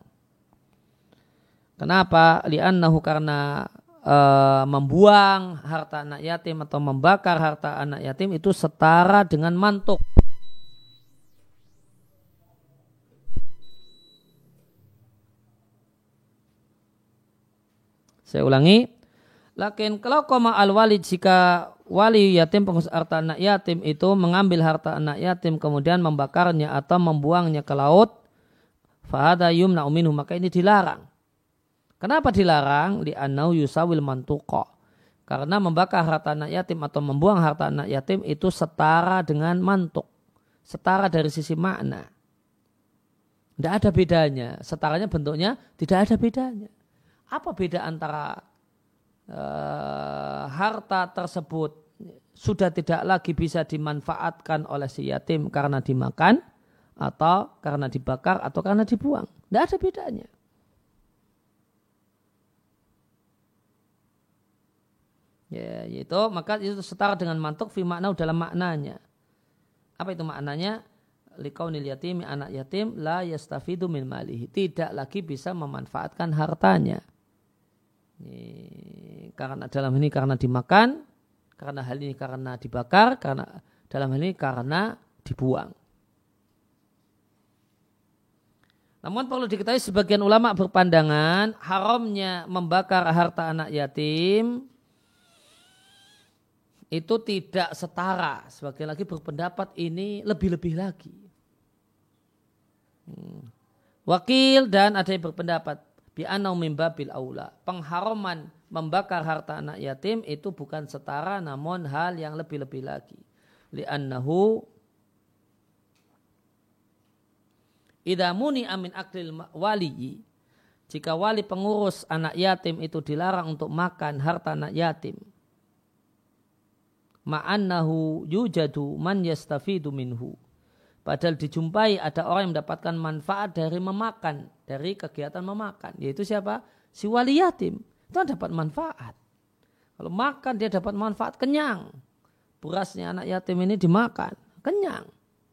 A: Kenapa? Li'annahu, karena E, membuang harta anak yatim atau membakar harta anak yatim itu setara dengan mantuk. Saya ulangi. Lakin kalau koma al walid, jika wali yatim pengurus harta anak yatim itu mengambil harta anak yatim kemudian membakarnya atau membuangnya ke laut, fahada yumna'u minhu, maka ini dilarang. Kenapa dilarang? Li'annau yusawil mantuqa. Karena membakar harta anak yatim atau membuang harta anak yatim itu setara dengan mantuk. Setara dari sisi makna. Tidak ada bedanya. Setaranya bentuknya tidak ada bedanya. Apa beda antara uh, harta tersebut sudah tidak lagi bisa dimanfaatkan oleh si yatim karena dimakan, atau karena dibakar, atau karena dibuang? Tidak ada bedanya. Ya, yaitu maka itu setara dengan mantuk fi makna dalam maknanya. Apa itu maknanya? Liqaunil yatimi, anak yatim la yastafidu min malihi, tidak lagi bisa memanfaatkan hartanya. Ini, karena dalam ini karena dimakan, karena hal ini karena dibakar, karena dalam hal ini karena dibuang. Namun perlu diketahui sebagian ulama berpandangan haramnya membakar harta anak yatim itu tidak setara. Sebagian lagi berpendapat ini lebih-lebih lagi. Hmm. Wakil dan ada yang berpendapat bi anau min babil aula. Pengharaman membakar harta anak yatim itu bukan setara namun hal yang lebih-lebih lagi. Li'annahu idza muni amin aklil wali, jika wali pengurus anak yatim itu dilarang untuk makan harta anak yatim, ma'annahu yujadu man yastafidu minhu, padahal dijumpai ada orang yang mendapatkan manfaat dari memakan, dari kegiatan memakan, yaitu siapa? Si wali yatim itu dapat manfaat. Kalau makan dia dapat manfaat, kenyang. Berasnya anak yatim ini dimakan, kenyang.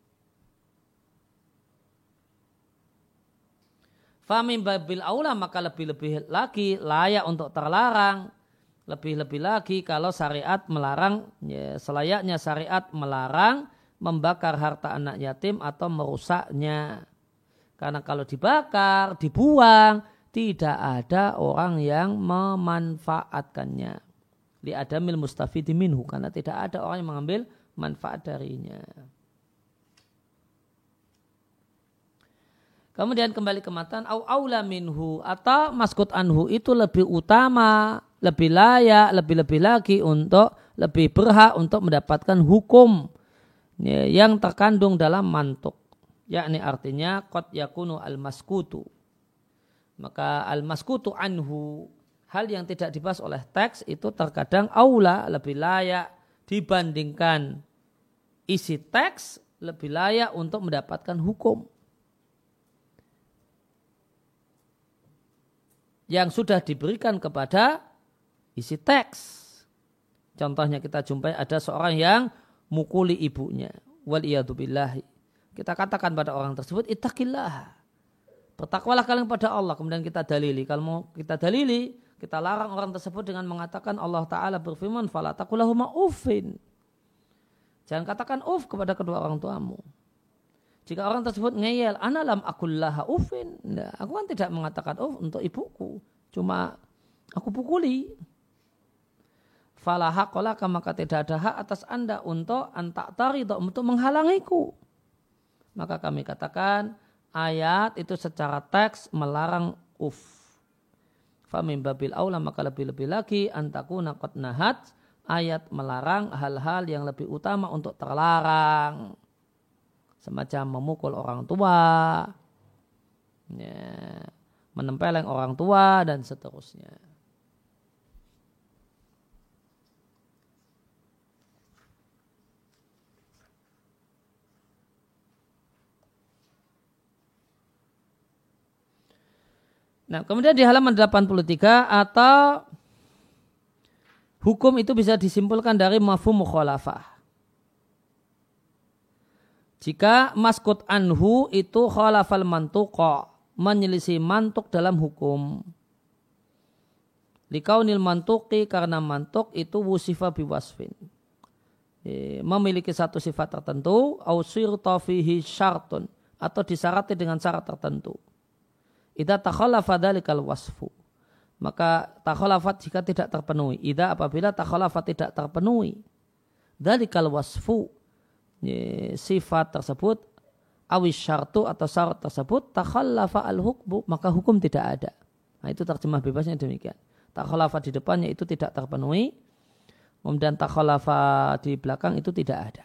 A: Famin babil aula, maka lebih-lebih lagi layak untuk terlarang. Lebih-lebih lagi kalau syariat melarang, ya, selayaknya syariat melarang membakar harta anak yatim atau merusaknya. Karena kalau dibakar, dibuang, tidak ada orang yang memanfaatkannya. Li adamil mustafidi minhu, karena tidak ada orang yang mengambil manfaat darinya. Kemudian kembali ke matan, au aula minhu, atau maskut anhu itu lebih utama, lebih layak, lebih-lebih lagi untuk lebih berhak untuk mendapatkan hukum yang terkandung dalam mantuk. Yakni artinya qad yakunu al-maskutu. Maka al-maskutu anhu, hal yang tidak dibahas oleh teks itu terkadang aula, lebih layak dibandingkan isi teks, lebih layak untuk mendapatkan hukum yang sudah diberikan kepada isi teks. Contohnya kita jumpai ada seorang yang mukuli ibunya. Waliyadzubillahi. Kita katakan pada orang tersebut, ittaqillah. Bertakwalah kalian pada Allah. Kemudian kita dalili. Kalau mau kita dalili, kita larang orang tersebut dengan mengatakan Allah Ta'ala berfirman, fala taqulahuma uffin. Jangan katakan uff kepada kedua orang tuamu. Jika orang tersebut ngeyel, ana lam akullaha uffin. Nah, aku kan tidak mengatakan uff untuk ibuku. Cuma aku pukuli. Fala haqqalaka, maka tidak ada hak atas anda untuk antak taridha, untuk menghalangiku. Maka kami katakan ayat itu secara teks melarang uff. Famin babil aula, maka lebih-lebih lagi antakuna qad nahat, ayat melarang hal-hal yang lebih utama untuk terlarang. Semacam memukul orang tua, ya, menempeleng orang tua, dan seterusnya. Nah, kemudian di halaman delapan puluh tiga, atau hukum itu bisa disimpulkan dari mafhum mukhalafah. Jika maskut anhu itu khalafal mantuqa, menyelisih mantuk dalam hukum. Likaunil mantuqi, karena mantuk itu wusifa biwasfin, memiliki satu sifat tertentu, au sirta fihi syartun, atau disyaratkan dengan syarat tertentu. Idza takhalafa dzalikal wasfu, maka takhalafat jika tidak terpenuhi. Idza apabila takhalafat tidak terpenuhi dzalikal wasfu, sifat tersebut, awis syartu atau syarat tersebut, takhallafa al-hukmu, maka hukum tidak ada. Nah, itu terjemah bebasnya demikian. Takhallafa di depannya itu tidak terpenuhi, kemudian takhallafa di belakang itu tidak ada.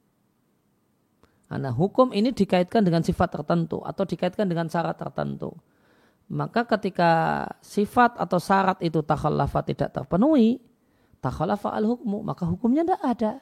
A: Nah, hukum ini dikaitkan dengan sifat tertentu atau dikaitkan dengan syarat tertentu. Maka ketika sifat atau syarat itu takhallafa tidak terpenuhi, takhallafa al-hukmu, maka hukumnya tidak ada.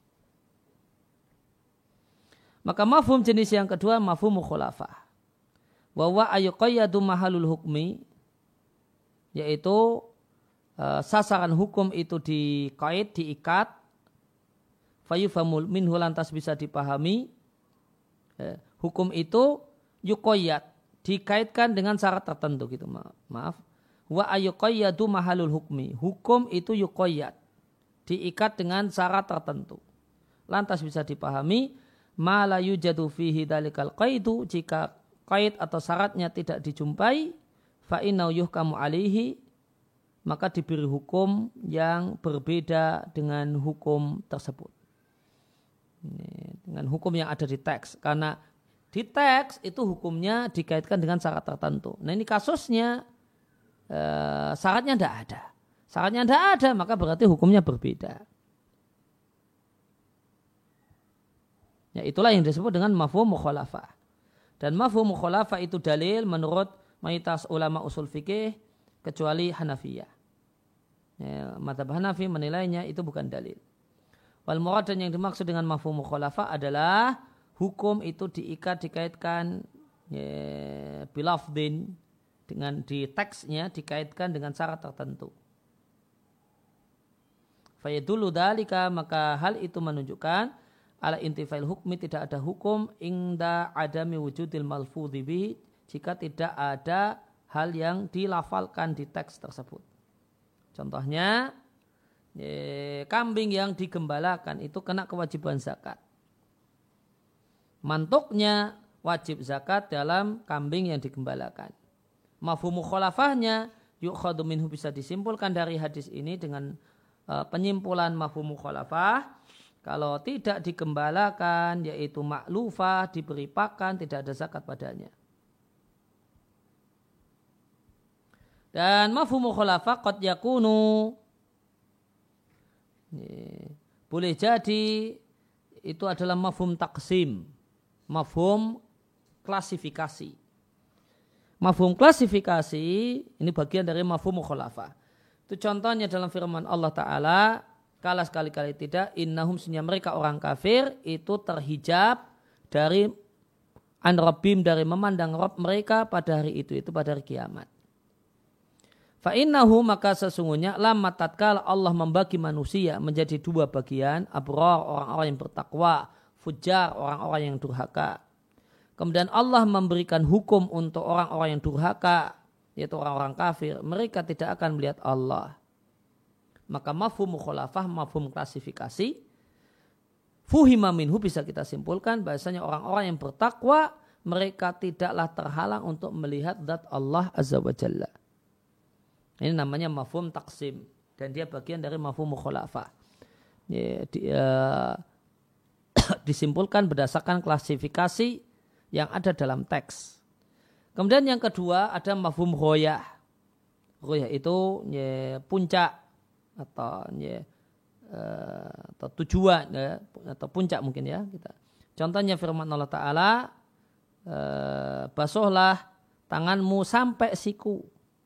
A: Maka mafhum jenis yang kedua, mafhum mukhalafah. Wa wa ayuqayyadu mahalul hukmi, yaitu uh, sasaran hukum itu dikait, diikat, fayufhamul minhu lantas bisa dipahami, uh, hukum itu yuqayyad, dikaitkan dengan syarat tertentu gitu, maaf. maaf. Wa ayuqayyadu mahalul hukmi, hukum itu yuqayyad, diikat dengan syarat tertentu. Lantas bisa dipahami, ma la yujadu fihi dalikal qaidu, jika qaid atau syaratnya tidak dijumpai, fa innahu yuhkamu alaihi, maka diberi hukum yang berbeda dengan hukum tersebut. Ini, dengan hukum yang ada di teks. Karena di teks itu hukumnya dikaitkan dengan syarat tertentu. Nah ini kasusnya eh, syaratnya tidak ada. Syaratnya tidak ada, maka berarti hukumnya berbeda. Ya, itulah yang disebut dengan mafhum mukhalafah. Dan mafhum mukhalafah itu dalil menurut mayoritas ulama usul fikih kecuali Hanafiyah. Ya, mazhab Hanafi menilainya itu bukan dalil. Wal murad, dan yang dimaksud dengan mafhum mukhalafah adalah hukum itu diikat, dikaitkan ya, bilafdin, dengan di teksnya dikaitkan dengan syarat tertentu. Fayadullu dalika, maka hal itu menunjukkan ala intifail hukmi, tidak ada hukum inda adami wujudil malfudhi bihi, jika tidak ada hal yang dilafalkan di teks tersebut. Contohnya ye, kambing yang digembalakan itu kena kewajiban zakat. Mantuknya wajib zakat dalam kambing yang digembalakan. Mafhum mukhalafahnya yukhadhu minhu, bisa disimpulkan dari hadis ini dengan uh, penyimpulan mafhum mukhalafah. Kalau tidak digembalakan, yaitu maklufah, diberi pakan, tidak ada zakat padanya. Dan mafhum mukhalafah qad yakunu, boleh jadi itu adalah mafhum taksim, mafhum klasifikasi. Mafhum klasifikasi ini bagian dari mafhum mukhalafah. Itu contohnya dalam firman Allah Ta'ala, kala sekali-kali tidak, innahum, sunya mereka orang kafir itu terhijab dari an rabbim, dari memandang Rabb mereka pada hari itu, itu pada hari kiamat. Fa innahu, maka sesungguhnya lama tatkala Allah membagi manusia menjadi dua bagian, abrar, orang-orang yang bertakwa, fujar, orang-orang yang durhaka. Kemudian Allah memberikan hukum untuk orang-orang yang durhaka, yaitu orang-orang kafir, mereka tidak akan melihat Allah. Maka mafhum mukhalafah, mafhum klasifikasi, fuhima minhu, bisa kita simpulkan bahasanya orang-orang yang bertakwa mereka tidaklah terhalang untuk melihat zat Allah Azza wa Jalla. Ini namanya mafhum taksim dan dia bagian dari mafhum mukhalafah. Ya, di, uh, disimpulkan berdasarkan klasifikasi yang ada dalam teks. Kemudian yang kedua ada mafhum ghoyah. Ghoyah itu ya, puncak atau ya, uh, atau tujuan ya, atau puncak mungkin ya kita. Contohnya firman Allah Ta'ala, uh, basuhlah tanganmu sampai siku.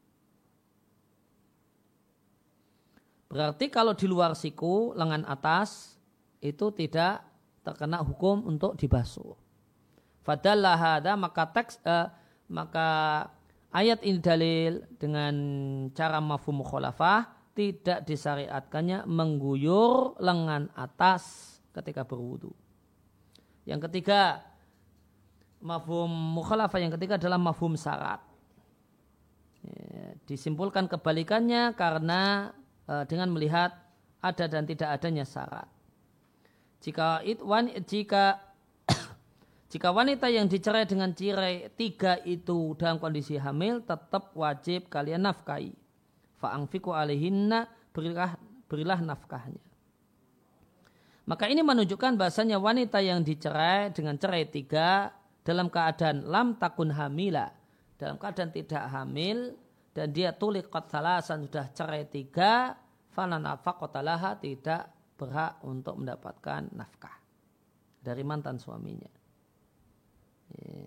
A: Berarti kalau di luar siku, lengan atas itu tidak terkena hukum untuk dibasuh. Fadalla hada, maka teks uh, maka ayat ini dalil dengan cara mafhum mukhalafah, tidak disyariatkannya mengguyur lengan atas ketika berwudu. Yang ketiga, mafhum mukhalafah yang ketiga adalah mafhum syarat. Ya, disimpulkan kebalikannya karena e, dengan melihat ada dan tidak adanya syarat. Jika it, wan, jika jika wanita yang dicerai dengan cerai tiga itu dalam kondisi hamil, tetap wajib kalian nafkahi. Fa'angfiku alaihinna, berilah, berilah nafkahnya. Maka ini menunjukkan bahasanya wanita yang dicerai dengan cerai tiga dalam keadaan lam takun hamila, dalam keadaan tidak hamil dan dia tuliqat salasan, sudah cerai tiga, fala nafaqata laha, tidak berhak untuk mendapatkan nafkah dari mantan suaminya. Yeah.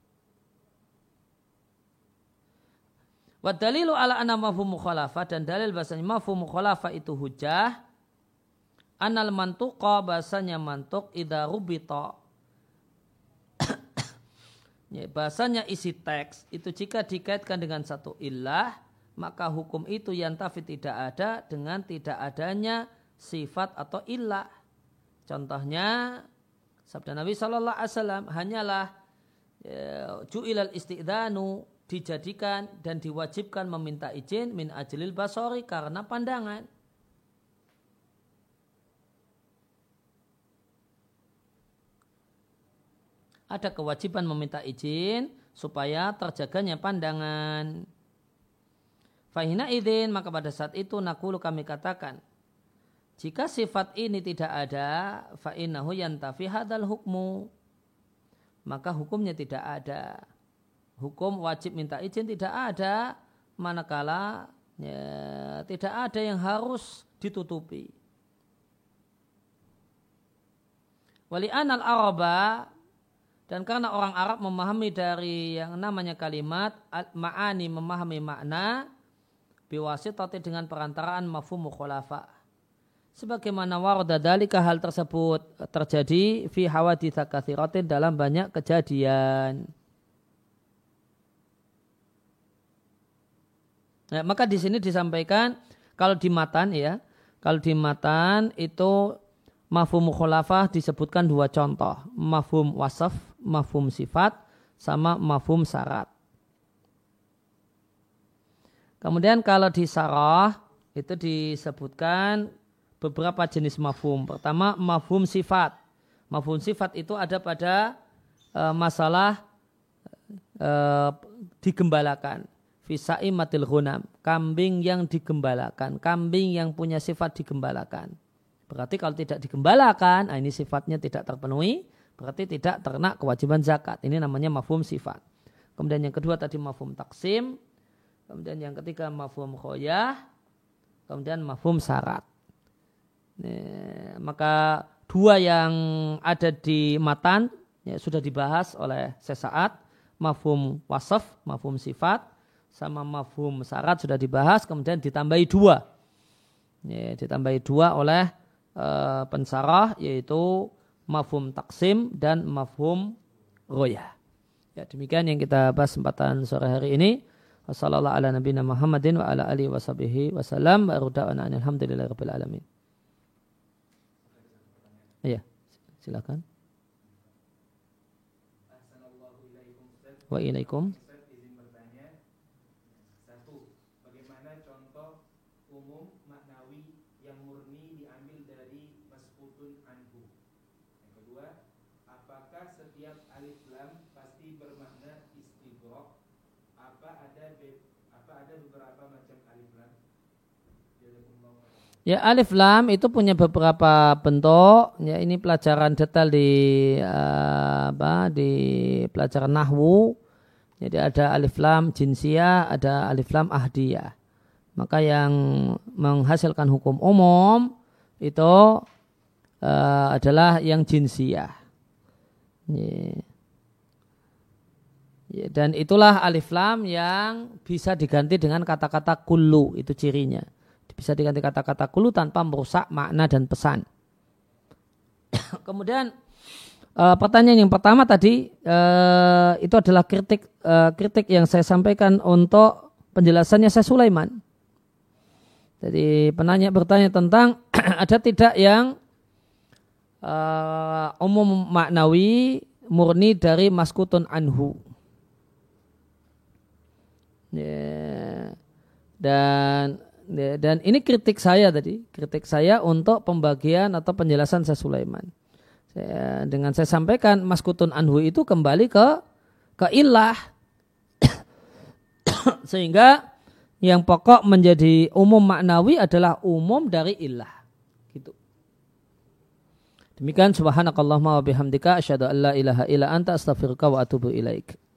A: Wa dalilu ala anna mafhum mukhalafah, dan dalil bahasanya mafhum mukhalafah itu hujah, anal mantuqa, bahasanya mantuk idza rubita, ya, bahasanya isi teks itu jika dikaitkan dengan satu illah, maka hukum itu yantafi tidak ada dengan tidak adanya sifat atau illah. Contohnya sabda Nabi Shallallahu Alaihi Wasallam, hanyalah ya, ju'ilal isti'danu, dijadikan dan diwajibkan meminta izin min ajlil basori, karena pandangan. Ada kewajiban meminta izin supaya terjaganya pandangan. Fahina idzin, maka pada saat itu nakulu kami katakan, jika sifat ini tidak ada, fa innahu yantafi hadzal hukmu, maka hukumnya tidak ada. Hukum wajib minta izin tidak ada, manakala ya, tidak ada yang harus ditutupi. Wali anal araba, dan karena orang Arab memahami dari yang namanya kalimat ma'ani, memahami makna, biwasitati, dengan perantaraan mafhum mukhalafa. Sebagaimana warada dalika, hal tersebut terjadi fi hawaditsa katsiratin, dalam banyak kejadian. Nah, maka di sini disampaikan kalau di matan ya, kalau di matan itu mafhum mukhalafah disebutkan dua contoh, mafhum wasaf, mafhum sifat, sama mafhum syarat. Kemudian kalau di sarah itu disebutkan beberapa jenis mafhum. Pertama, mafhum sifat. Mafhum sifat itu ada pada e, masalah e, digembalakan. Fisaimatil ghunam, kambing yang digembalakan, kambing yang punya sifat digembalakan. Berarti kalau tidak digembalakan, nah ini sifatnya tidak terpenuhi, berarti tidak terkena kewajiban zakat. Ini namanya mafhum sifat. Kemudian yang kedua tadi mafhum taksim, kemudian yang ketiga mafhum khoyah, kemudian mafhum syarat. Nah, maka dua yang ada di matan ya, sudah dibahas oleh sesaat, mafhum wasaf, mafhum sifat, sama mafhum syarat sudah dibahas, kemudian ditambahi dua, ya, ditambahi dua oleh e, pensarah, yaitu mafhum taksim dan mafhum ghoyah. Ya, demikian yang kita bahas kesempatan sore hari ini. Wassallallahu ala nabiyina Muhammadin wa ala alihi washabihi wasallam. Wa rida'ana alhamdulillahirabbil alamin. Iya, silakan. Wa ilaikum. Ya, alif lam itu punya beberapa bentuk. Ya, ini pelajaran detail di uh, apa di pelajaran nahwu. Jadi ada alif lam jinsiyah, ada alif lam ahdiyah. Maka yang menghasilkan hukum umum itu uh, adalah yang jinsiyah. Ya. Ya, dan itulah alif lam yang bisa diganti dengan kata-kata kullu, itu cirinya. Bisa diganti kata-kata kullu tanpa merusak makna dan pesan. Kemudian e, pertanyaan yang pertama tadi e, itu adalah kritik e, kritik yang saya sampaikan untuk penjelasannya Syekh Sulaiman. Jadi penanya bertanya tentang ada tidak yang e, umum maknawi murni dari maskutun anhu. Ya. Dan Dan ini kritik saya tadi, kritik saya untuk pembagian atau penjelasan Syekh Sulaiman. Saya, dengan saya sampaikan maskutun anhu itu kembali ke ke illah, sehingga yang pokok menjadi umum maknawi adalah umum dari illah. Gitu. Demikian subhanakallahumma wa bihamdika asyhadu an la ilaha illa anta astaghfiruka wa atubu ilaik.